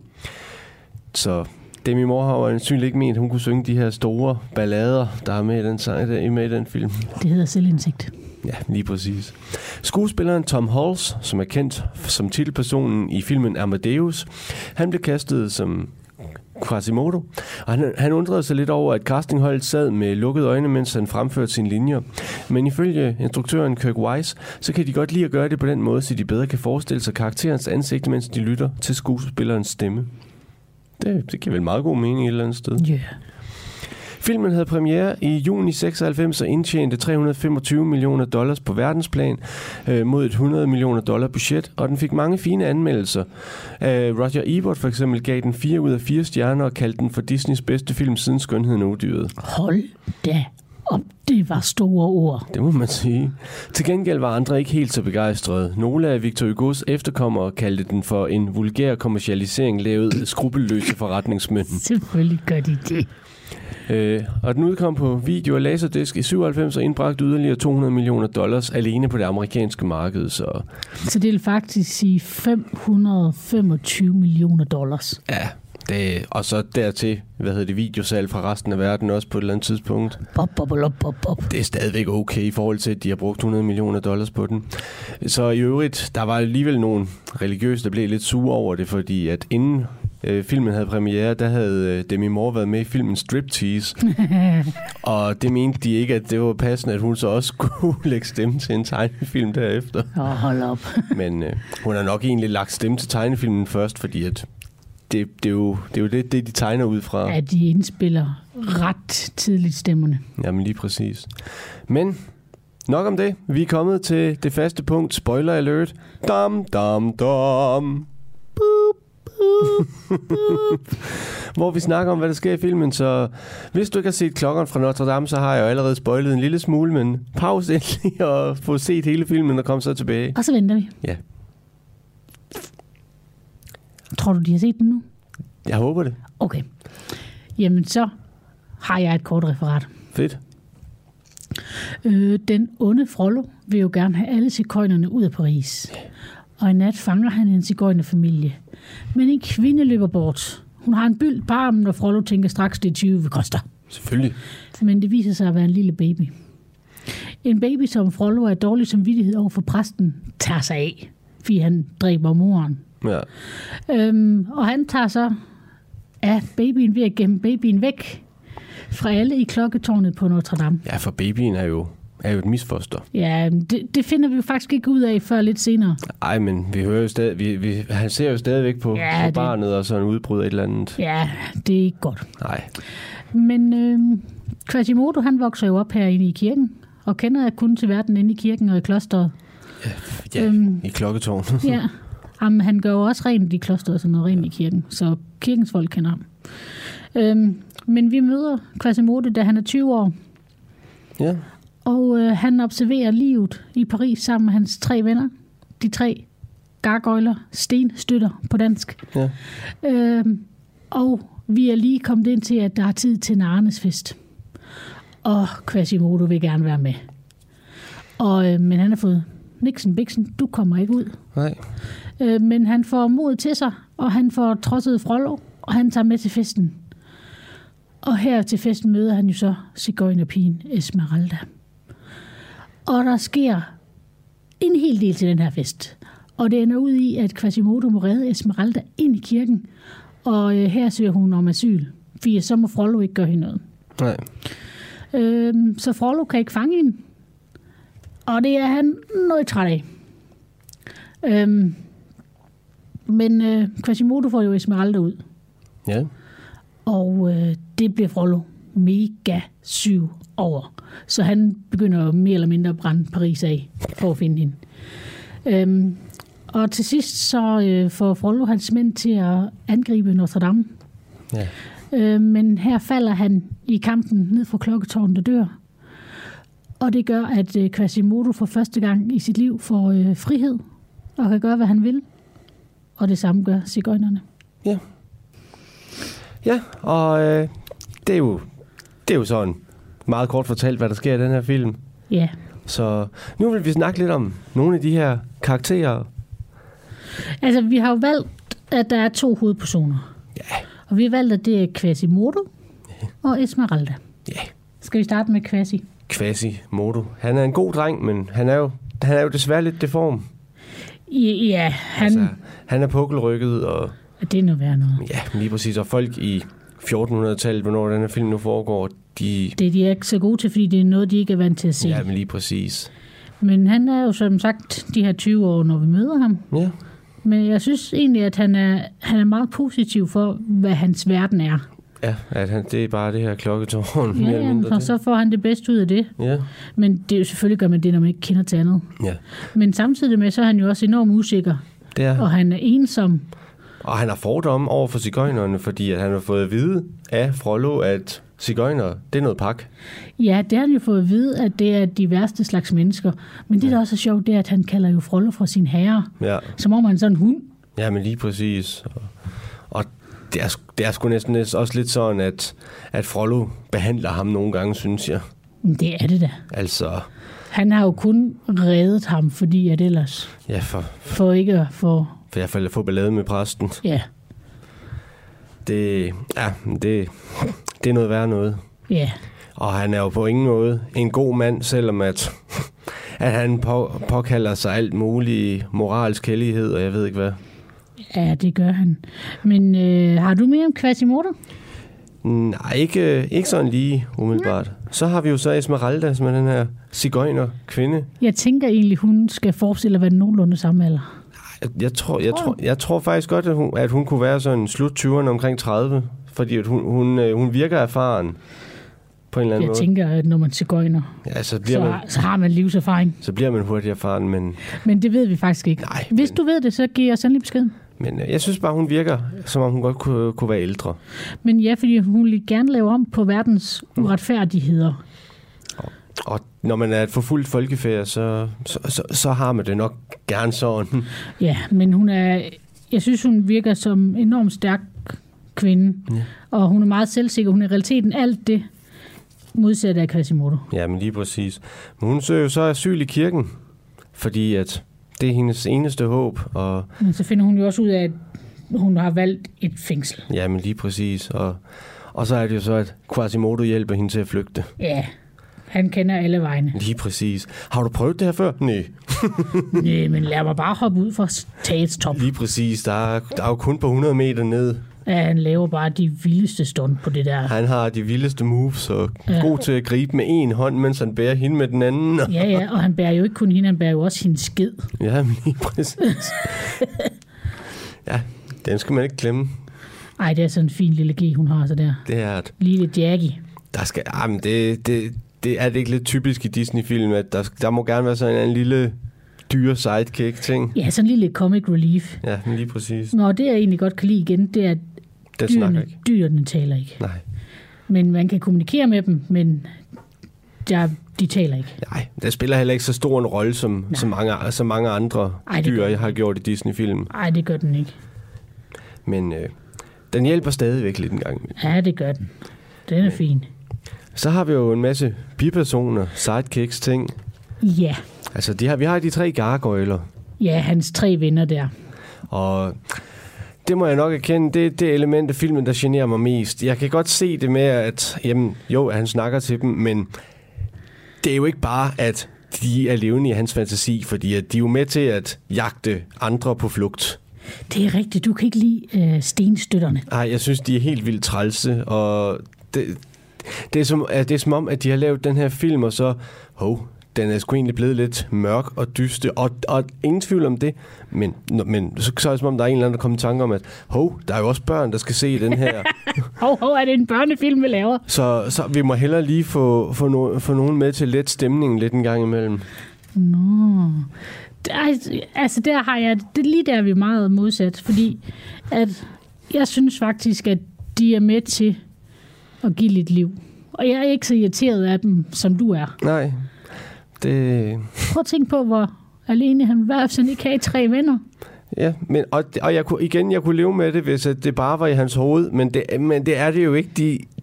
Så Demi Moore har jo ansynligt ikke ment, at hun kunne synge de her store ballader, der er med i den, sang, der er med i den film. Det hedder selvindsigt. Ja, lige præcis. Skuespilleren Tom Hulce, som er kendt som titelpersonen i filmen Amadeus, han blev kastet som Quasimodo, og han, han undrede sig lidt over, at castingholdet sad med lukkede øjne, mens han fremførte sine linjer. Men ifølge instruktøren Kirk Wise, så kan de godt lide at gøre det på den måde, så de bedre kan forestille sig karakterens ansigt, mens de lytter til skuespillerens stemme. Det, det giver vel meget god mening et eller andet sted. Ja. Yeah. Filmen havde premiere i juni seksoghalvfems og indtjente tre hundrede og femogtyve millioner dollars på verdensplan øh, mod et hundrede millioner dollar budget, og den fik mange fine anmeldelser. Øh, Roger Ebert for eksempel gav den fire ud af fire stjerner og kaldte den for Disneys bedste film siden Skønheden og Udyret. Hold da op, det var store ord. Det må man sige. Til gengæld var andre ikke helt så begejstrede. Nogle af Victor Hugos efterkommere kaldte den for en vulgær kommercialisering lavet skrupelløse forretningsmænd. Selvfølgelig gør de det. Øh, og den udkom på video og laserdisk i syvoghalvfems og indbragte yderligere to hundrede millioner dollars alene på det amerikanske marked. Så, så det vil faktisk sige fem hundrede og femogtyve millioner dollars. Ja, det, og så dertil, hvad hedder det, videosalg fra resten af verden også på et eller andet tidspunkt. Bop, bop, bop, bop, bop. Det er stadigvæk okay i forhold til, at de har brugt hundrede millioner dollars på den. Så i øvrigt, der var alligevel nogle religiøse, der blev lidt sure over det, fordi at inden øh, filmen havde premiere, der havde øh, Demi Moore været med i filmen Striptease. Og det mente de ikke, at det var passende, at hun så også skulle lægge stemme til en tegnefilm derefter. Åh, oh, hold op. Men øh, hun har nok egentlig lagt stemme til tegnefilmen først, fordi at Det, det, er jo, det er jo det, det, de tegner ud fra. Ja, de indspiller ret tidligt stemmerne. Jamen lige præcis. Men nok om det. Vi er kommet til det faste punkt. Spoiler alert. Dam, dam, dam. Boop, boop, boop. Hvor vi snakker om, hvad der sker i filmen. Så hvis du ikke har set Klokkeren fra Notre Dame, så har jeg jo allerede spoilet en lille smule. Men pause endelig og få set hele filmen og komme så tilbage. Og så venter vi. Ja. Tror du, de har set den nu? Jeg håber det. Okay. Jamen, så har jeg et kort referat. Fedt. Øh, den onde Frollo vil jo gerne have alle sigøjnerne ud af Paris. Og i nat fanger han en sigøjnerfamilie. Men en kvinde løber bort. Hun har en byld på armen, og Frollo tænker straks, det er tyve koster. Selvfølgelig. Men det viser sig at være en lille baby. En baby, som Frollo er dårlig samvittighed over for præsten, tager sig af, fordi han dræber moren. Ja. Øhm, og han tager så af babyen ved at gemme babyen væk fra alle i klokketårnet på Notre Dame. Ja, for babyen er jo, er jo et misfoster. Ja, det, det finder vi jo faktisk ikke ud af før lidt senere. Ej, men vi hører jo stadig, vi, vi, han ser jo stadigvæk på, ja, på det, barnet, og så en udbrud et eller andet. Ja, det er ikke godt. Nej. Men øh, Quasimodo, han vokser jo op herinde i kirken, og kender kun til verden inde i kirken og i klosteret. Ja, ja øhm, i klokketårnet. Ja. Jamen, han gør jo også rent i klosteret og sådan noget rent i kirken, så kirkens folk kender ham. Øhm, men vi møder Quasimodo, da han er tyve år. Ja. Og øh, han observerer livet i Paris sammen med hans tre venner. De tre gargoyler, stenstøtter på dansk. Ja. Øhm, og vi er lige kommet ind til, at der er tid til en Arnes fest. Og Quasimodo vil gerne være med. Og, øh, men han har fået Nixon, Bixen, du kommer ikke ud. Nej. Øh, men han får mod til sig, og han får trodset Frollo, og han tager med til festen. Og her til festen møder han jo så sigøjnerpigen Esmeralda. Og der sker en hel del til den her fest. Og det ender ud i, at Quasimodo må redde Esmeralda ind i kirken, og øh, her søger hun om asyl, fordi så må Frollo ikke gøre hende noget. Nej. Øh, så Frollo kan ikke fange hende, og det er han noget træt af. Øhm, men øh, Quasimodo får jo Esmeralda ud. Ja. Og øh, det bliver Frollo mega syv over. Så han begynder mere eller mindre at brænde Paris af for at finde hende. Øhm, og til sidst så øh, får Frollo hans mænd til at angribe Notre Dame. Ja. Øh, men her falder han i kampen ned fra klokketårnet og dør. Og det gør, at øh, Quasimodo for første gang i sit liv får øh, frihed og kan gøre, hvad han vil. Og det samme gør sigøjnerne. Ja. Ja, og øh, det, er jo, det er jo sådan meget kort fortalt, hvad der sker i den her film. Ja. Så nu vil vi snakke lidt om nogle af de her karakterer. Altså, vi har jo valgt, at der er to hovedpersoner. Ja. Og vi har valgt, at det er Quasimodo og Esmeralda. Ja. Skal vi starte med Quasi? Quasimodo. Han er en god dreng, men han er jo, han er jo desværre lidt deform. Ja, han... Altså, han er pukkelrykket, og... Det er noget værd noget. Ja, lige præcis. Og folk i fjortenhundredetallet, hvornår den her film nu foregår, de... Det er de ikke så gode til, fordi det er noget, de ikke er vant til at se. Ja, men lige præcis. Men han er jo som sagt de her tyve år, når vi møder ham. Ja. Men jeg synes egentlig, at han er, han er meget positiv for, hvad hans verden er. Ja, at han, det er bare det her klokketårn. Ja, mere eller mindre og så får han det bedste ud af det. Ja. Men det er jo selvfølgelig gør man det, når man ikke kender til andet. Ja. Men samtidig med, så er han jo også enormt usikker. Det er. Og han er ensom. Og han har fordomme over for sigøjnerne, fordi at han har fået at vide af Frollo, at sigøjnere, det er noget pak. Ja, det har han jo fået at vide, at det er de værste slags mennesker. Men det, der ja. også er sjovt, det er, at han kalder jo Frollo for sin herre. Ja. Som om han er sådan en hund. Ja, men lige præcis. Og, og det, er, det er sgu næsten også lidt sådan, at, at Frollo behandler ham nogle gange, synes jeg. Det er det da. Altså... Han har jo kun reddet ham, fordi at ellers... Ja, for... For ikke at få... For jeg får få ballade med præsten. Ja. Det... Ja, det... Det er noget værre noget. Ja. Og han er jo på ingen måde en god mand, selvom at... At han på, påkalder sig alt muligt moralsk hellighed, og jeg ved ikke hvad. Ja, det gør han. Men øh, har du mere om Quasimodo? Nej, ikke, ikke sådan lige umiddelbart. Ja. Så har vi jo så Esmeralda, som er den her sigøjner kvinde. Jeg tænker egentlig, hun skal forestille at være nogenlunde samme alder. Jeg, jeg, tror, jeg, tror, jeg tror faktisk godt, at hun, at hun kunne være sådan slut tyverne omkring tredive. Fordi at hun, hun, hun virker erfaren på en eller anden jeg måde. Jeg tænker, at når man sigøjner, ja, så, bliver så, man, så har man livserfaring. Så bliver man hurtigt erfaren, men... Men det ved vi faktisk ikke. Nej, Hvis men, du ved det, så giver jeg sandelig besked. Men jeg synes bare, hun virker, som om hun godt kunne, kunne være ældre. Men ja, fordi hun vil gerne lave om på verdens uretfærdigheder. Og, og når man er et forfulgt folkefærd, så, så, så, så har man det nok gerne sådan. Ja, men hun er... Jeg synes, hun virker som enormt stærk kvinde. Ja. Og hun er meget selvsikker. Hun er i realiteten alt det modsatte af Quasimodo. Ja, men lige præcis. Men hun søger jo så asyl i kirken, fordi at det er hendes eneste håb. Og men så finder hun jo også ud af, at hun har valgt et fængsel. Ja, men lige præcis. Og, og så er det jo så, at Quasimodo hjælper hende til at flygte. Ja, han kender alle vegne. Lige præcis. Har du prøvet det her før? Nej. Nej, men lad mig bare hoppe ud fra tagets top. Lige præcis. Der er, der er jo kun på hundrede meter ned. Ja, han laver bare de vildeste stunt på det der. Han har de vildeste moves og ja. god til at gribe med en hånd, mens han bærer hende med den anden. Ja, ja, og han bærer jo ikke kun hende, han bærer jo også hendes skid. Ja, men lige præcis. Ja, den skal man ikke glemme. Ej, det er sådan en fin lille G, hun har så der. Det er et... Lille Jackie. Der skal... Jamen, det, det, det er det ikke lidt typisk i Disney-film, at der, der må gerne være sådan en, en lille dyre sidekick-ting. Ja, sådan en lille comic relief. Ja, men lige præcis. Nå, det jeg egentlig godt kan lide igen, det er, at dyrene, dyrene taler ikke. Nej. Men man kan kommunikere med dem, men der, de taler ikke. Nej, det spiller heller ikke så stor en rolle, som, som, mange, som mange andre Ej, dyr jeg har gjort i Disney-film. Nej, det gør den ikke. Men øh, den hjælper stadigvæk lidt en gang. Ja, det gør den. Den er Men. fin. Så har vi jo en masse bipersoner, sidekicks, ting. Ja. Altså, de har, vi har de tre gargoyler. Ja, hans tre venner der. Og det må jeg nok erkende, det er det element af filmen, der generer mig mest. Jeg kan godt se det med, at jamen, jo, at han snakker til dem, men det er jo ikke bare, at de er levende i hans fantasi, fordi at de er jo med til at jagte andre på flugt. Det er rigtigt. Du kan ikke lide øh, stenstøtterne. Nej, jeg synes, de er helt vildt trælse, og det, det, er som, det er som om, at de har lavet den her film, og så, hov, den er sgu egentlig blevet lidt mørk og dyste, og, og ingen tvivl om det, men, men så, så er det som om, der er en eller anden, der kommer i tanke om, at hov, der er jo også børn, der skal se den her. hov, hov, er det en børnefilm, vi laver? Så, så vi må hellere lige få, få, no, få nogen med til let stemningen lidt en gang imellem. Nå, der, altså der har jeg, det lige der er vi meget modsat, fordi at jeg synes faktisk, at de er med til at give lidt liv. Og jeg er ikke så irriteret af dem, som du er. Nej. Det... Prøv at tænke på, hvor alene han var, hvis han ikke havde tre venner. Ja, men, og, og jeg kunne, igen, jeg kunne leve med det, hvis det bare var i hans hoved, men det, men det er det jo ikke. De,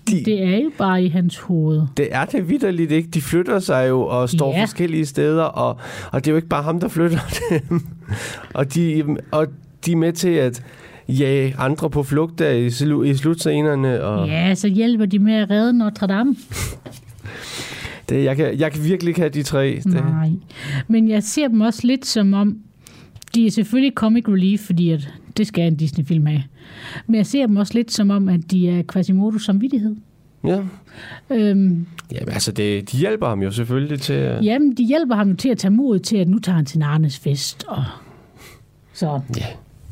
De, det er jo bare i hans hoved. Det er det vitterligt ikke. De flytter sig jo og står Ja. forskellige steder, og, og det er jo ikke bare ham, der flytter dem. og, de, og de er med til at jage andre på flugt der i, slu, i slutscenerne. Og Ja, så hjælper de med at redde Notre Dame. det, jeg, kan, jeg kan virkelig ikke have de tre. Det, Nej. Men jeg ser dem også lidt som om, de er selvfølgelig comic relief, fordi at det skal en Disney-film have. Men jeg ser dem også lidt som om, at de er Quasimodos samvittighed. ja. Øhm, Jamen, altså, det, de hjælper ham jo selvfølgelig til at... jamen, de hjælper ham jo til at tage mod til, at nu tager han til Narnes fest. Og så. Ja.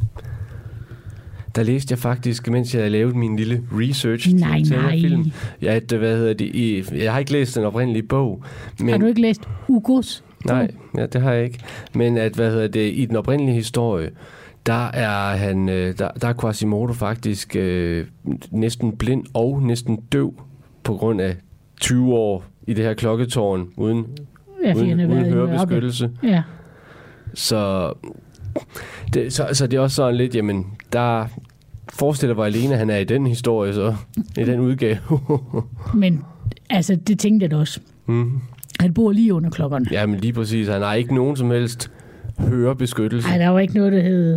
Der læste jeg faktisk, mens jeg lavede min lille research Nej, til, til den nej. her film. Ja, at, hvad hedder det, i, jeg har ikke læst den oprindelige bog. Men, Har du ikke læst Ugos? Nej, ja, det har jeg ikke. Men at, hvad hedder det, i den oprindelige historie, der er han, øh, der, der er Quasimodo faktisk øh, næsten blind og næsten døv på grund af tyve år i det her klokketårn uden, Ja, fordi han uden, har uden været i hørebeskyttelse. mørke. Ja. Så det, så, så det er også sådan lidt, jamen, der forestiller hvor alene han er i den historie, så i den udgave. Men altså, det tænkte jeg da også. mm. Han bor lige under klokkerne. Jamen lige præcis, han har ikke nogen som helst hørebeskyttelse. Nej, der var ikke noget, der hed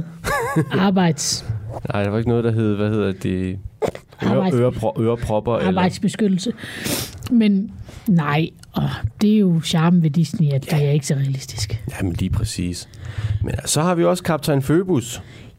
arbejds, Nej, der var ikke noget, der hed, hvad hedder det, øre, Arbejds- ørepro, ørepropper. Eller, arbejdsbeskyttelse. Men nej, og det er jo charmen ved Disney, at det er ikke så realistisk. jamen lige præcis. Men så har vi også Kaptajn Phoebus.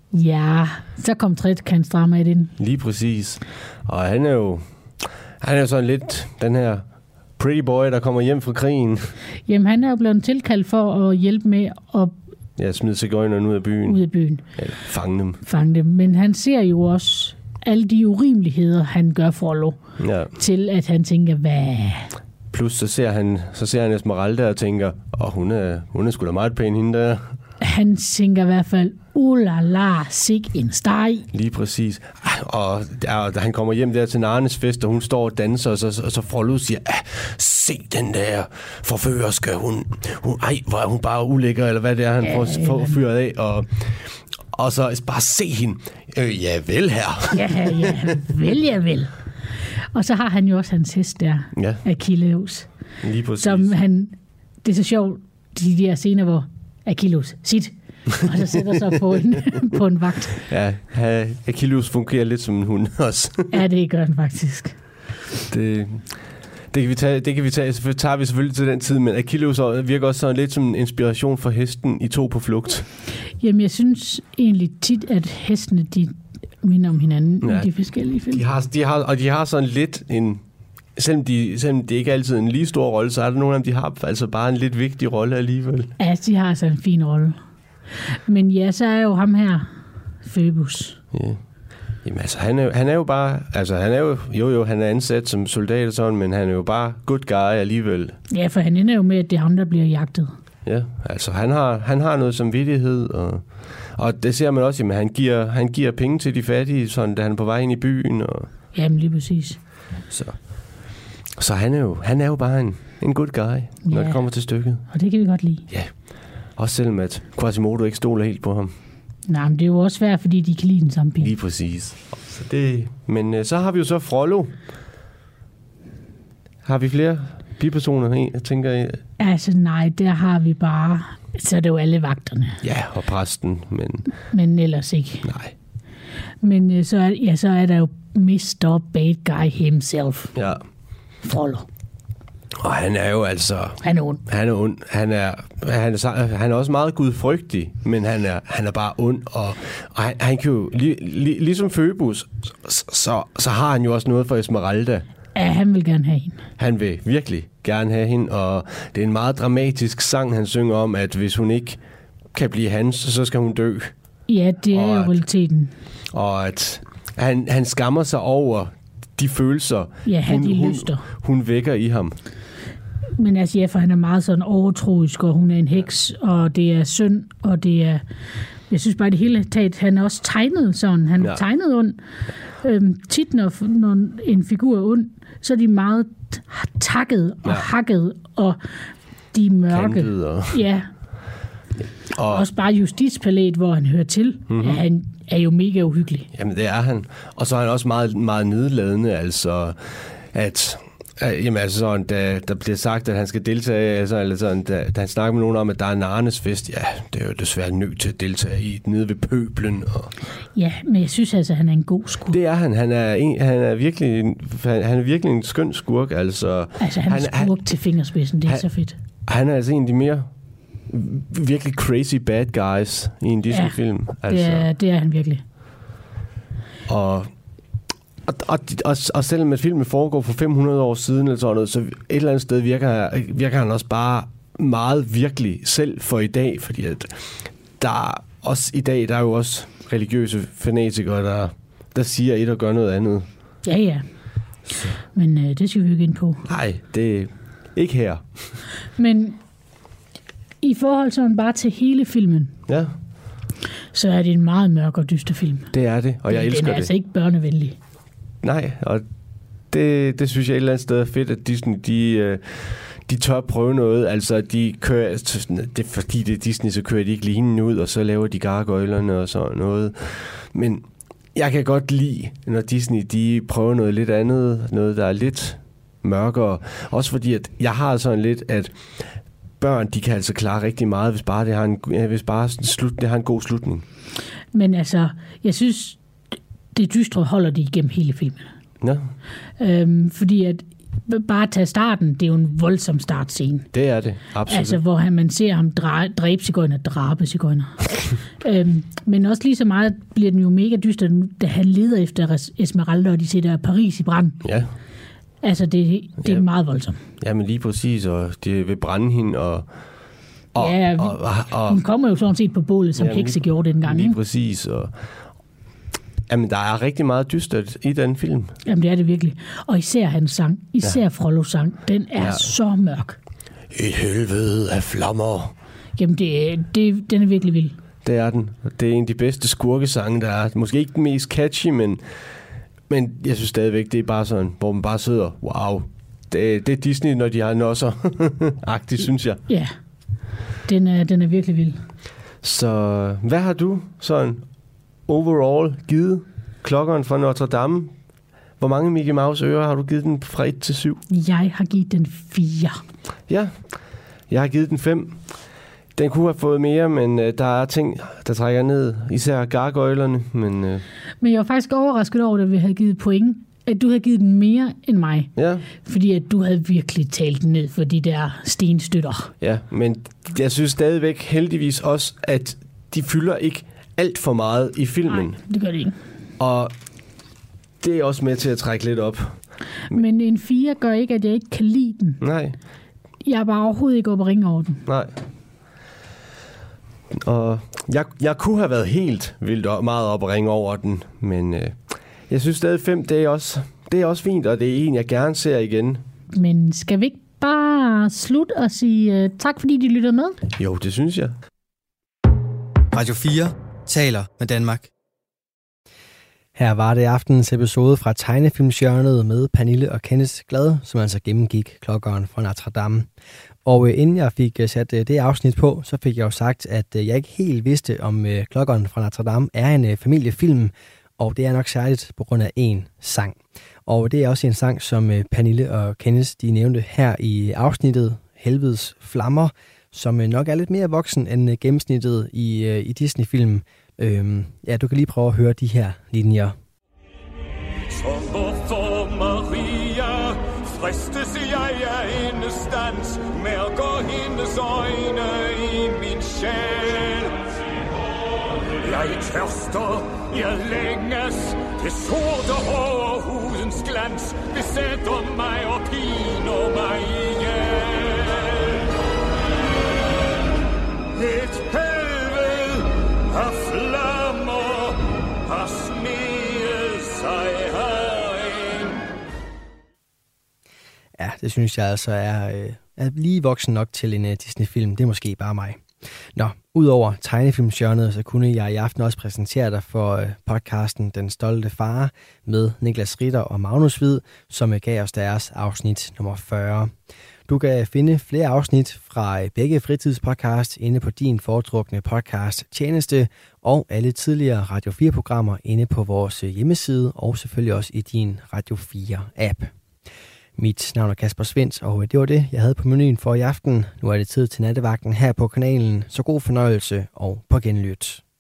Ja, så kom trekantsdramaet ind. Lige præcis. Og han er jo, han er jo sådan lidt den her pretty boy, der kommer hjem fra krigen. Jamen, han er jo blevet tilkaldt for at hjælpe med at Ja, smide cigøjnerne ud af byen. ud af byen Eller fange dem. fange dem. Men han ser jo også alle de urimeligheder, han gør Frollo, Ja. til at han tænker, hvad... Plus så ser han, så ser han Esmeralda og tænker, åh, hun er, hun er sgu da meget pæn, hende der. Han tænker i hvert fald, uh la la, sig en steg. Lige præcis. Og der, da han kommer hjem der til Narnes fest, og hun står og danser, og så, og så Frollo siger, ah, se den der forførerske, hun, hun, ej, hvor er hun bare ulækker, eller hvad det er, han Ja, får, får ja. fyret af, og, og så bare se hende. Øh, ja, vel her. Ja, ja, vel, ja, vel. Og så har han jo også hans hest der, Ja, Achilleus, lige præcis. som han... Det er så sjovt, de der scener, hvor Achilleus, sit, og så sætter sig på en, på en vagt. Ja, Achilleus fungerer lidt som en hund også. Ja, det gør han faktisk. Det, det kan vi tage, det kan vi tage, så tager vi selvfølgelig til den tid, men Achilleus virker også sådan lidt som en inspiration for hesten i To på flugt. Jamen, jeg synes egentlig tit, at hestene, de minder om hinanden Ja. i de forskellige film. De har, de har, og de har sådan lidt en... Selvom, de, selvom det ikke altid er en lige stor rolle, så er der nogle af dem, de har altså bare en lidt vigtig rolle alligevel. Ja, de har altså en fin rolle. Men ja, så er jo ham her, Phoebus. Ja. Jamen altså, han er, han er jo bare... Altså, han er jo... Jo, jo, han er ansat som soldat og sådan, men han er jo bare good guy alligevel. Ja, for han ender jo med, at det er ham, der bliver jagtet. Ja, altså, han har, han har noget samvittighed, og, og det ser man også, jamen, han giver, han giver penge til de fattige, sådan, da han er på vej ind i byen, og Jamen, lige præcis. så... Så han er jo, han er jo bare en, en good guy, når Ja. det kommer til stykket. Og det kan vi godt lide. Ja, også selvom at Quasimodo ikke stoler helt på ham. Nej, men det er jo også svært, fordi de kan lide den samme bil. Lige præcis. Så det, men øh, så har vi jo så Frollo. Har vi flere bipersoner, jeg tænker? Altså nej, der har vi bare... Så er det jo alle vagterne. Ja, og præsten, men Men ellers ikke. nej. Men øh, så, er, ja, så er der jo mister Bad Guy himself. Ja, Frollo. og han er jo altså... Han er ond. Han er ond. Han er, han er, han er også meget gudfrygtig, men han er, han er bare ond, og, og han, han kan jo, li, li, ligesom Phoebus, så, så, så har han jo også noget for Esmeralda. Ja, han vil gerne have hende. Han vil virkelig gerne have hende, og det er en meget dramatisk sang, han synger om, at hvis hun ikke kan blive hans, så skal hun dø. Ja, det er Og jo at- realiteten. Og at han, han skammer sig over de følelser, Ja, han de hun, lyster. hun vækker i ham. Men altså, ja, for han er meget sådan overtroisk, og hun er en heks, og det er synd, og det er... Jeg synes bare, det hele taget, han er også tegnet sådan. Han er Ja. tegnet ond. Øhm, tit, når, når en figur er ond, så er de meget takket og Ja. hakket, og de er mørke. Kantet og... Ja, Og også bare Justitspalæet, hvor han hører til, mm-hmm. at han er jo mega uhyggelig. Jamen, det er han. Og så er han også meget, meget nedladende, altså at... Jamen altså sådan, da der bliver sagt, at han skal deltage, altså, eller sådan, da, da han snakker med nogen om, at der er en Arnes fest, ja, det er jo desværre nødt til at deltage i nede ved pøblen. Og... Ja, men jeg synes altså, at han er en god skurk. Det er han. Han er, en, han er, virkelig, han, han er virkelig en skøn skurk. Altså, altså han er han, skurk han, til fingerspidsen, det er han, så fedt. Han er altså en af de mere virkelig crazy bad guys i en Disney-film. Ja, altså. det, er, det er han virkelig. Og... Og, og, og, og selvom at filmen foregår for fem hundrede år siden, eller sådan noget, så et eller andet sted virker, virker han også bare meget virkelig selv for i dag, fordi at der også i dag, der er jo også religiøse fanatikere, der, der siger et og gør noget andet. Ja, ja. Men øh, det skal vi jo ikke ind på. Nej, det er ikke her. Men i forhold til bare til hele filmen, ja. så er det en meget mørk og dyster film. Det er det, og jeg den, elsker det. Den er det. altså ikke børnevenlig. Nej, og det, det synes jeg et eller andet sted er fedt, at Disney, de, de tør prøve noget. Altså, de kører, det er fordi det er Disney, så kører de ikke linen ud, og så laver de gargoylerne og sådan noget. Men jeg kan godt lide, når Disney, de prøver noget lidt andet, noget, der er lidt mørkere. Også fordi, at jeg har sådan lidt, at børn, de kan altså klare rigtig meget, hvis bare det har en, hvis bare slut, det har en god slutning. Men altså, jeg synes... Det dystre holder de igennem hele filmen. Ja. Øhm, fordi at bare tage starten, det er jo en voldsom startscene. Det er det, absolut. Altså, hvor han, man ser ham dræ, dræbe cigøjner, drabe cigøjner. øhm, men også lige så meget bliver den jo mega dyster, da han leder efter Esmeralda, og de sætter Paris i brand. Ja. Altså, det, det er ja. meget voldsomt. Ja, men lige præcis, og det vil brænde hende, og... og ja, og, og, og, hun kommer jo sådan set på bålet, som ja, hekse gjorde dengang. Lige præcis, og... Jamen, der er rigtig meget dystert i den film. Jamen, det er det virkelig. Og især hans sang, især ja. Frollos sang, den er ja. så mørk. Et helvede af flammer. Jamen, det, det, den er virkelig vild. Det er den. Det er en af de bedste skurkesange, der er. Måske ikke den mest catchy, men, men jeg synes stadigvæk, det er bare sådan, hvor man bare sidder, wow, det, det er Disney, når de har nosser-agtigt, synes jeg. Ja, den er, den er virkelig vild. Så hvad har du sådan... overall givet Klokkeren fra Notre Dame? Hvor mange Mickey Mouse ører har du givet den fra et til syv? Jeg har givet den fire. Ja, jeg har givet den fem. Den kunne have fået mere, men øh, der er ting, der trækker ned. Især gargoylerne. Men, øh... men jeg var faktisk overrasket over, at vi havde givet point. At du havde givet den mere end mig. Ja. Fordi at du havde virkelig talt den ned for de der stenstøtter. Ja, men jeg synes stadigvæk heldigvis også, at de fylder ikke alt for meget i filmen. Nej, det gør det ikke. Og det er også med til at trække lidt op. Men en fire gør ikke, at jeg ikke kan lide den. Nej. Jeg er bare overhovedet ikke oppe og ringe over den. Nej. Og jeg, jeg kunne have været helt vildt op, meget op og ringe over den, men øh, jeg synes stadig fem, det er, også, det er også fint, og det er en, jeg gerne ser igen. Men skal vi ikke bare slutte og sige uh, tak, fordi de lytter med? Jo, det synes jeg. Radio fire taler med Danmark. Her var det aftenens episode fra Tegnefilmshjørnet med Pernille og Kenneth Glad, som altså gennemgik Klokkeren fra Notre Dame. Og øh, inden jeg fik øh, sat øh, det afsnit på, så fik jeg jo sagt, at øh, jeg ikke helt vidste, om øh, Klokkeren fra Notre Dame er en øh, familiefilm, og det er nok særligt på grund af en sang. Og det er også en sang, som øh, Pernille og Kenneth de nævnte her i afsnittet Helvedes Flammer, som øh, nok er lidt mere voksen end øh, gennemsnittet i, øh, i Disney-film. Øhm, ja, du kan lige prøve at høre de her linjer. Som hvorfor Maria fristes jeg af indestans, mærker hendes øjne i min sjæl. Jeg tørster, jeg længes, det sorte hår og hudens glans besætter mig og piner mig ihjel. Et helvede af flammer har sneget sig herind. Ja, det synes jeg altså er, øh, er lige voksen nok til en uh, Disney-film. Det er måske bare mig. Nå, udover Tegnefilmshjørnet, så kunne jeg i aften også præsentere dig for uh, podcasten Den Stolte Far med Niklas Ritter og Magnus Hvid, som uh, gav os deres afsnit nummer fyrre. Du kan finde flere afsnit fra begge fritidspodcasts inde på din foretrukne podcast tjeneste og alle tidligere Radio fire-programmer inde på vores hjemmeside og selvfølgelig også i din Radio fire-app. Mit navn er Kasper Svendt, og det var det, jeg havde på menuen for i aften. Nu er det tid til nattevagten her på kanalen, så god fornøjelse og på genlyt.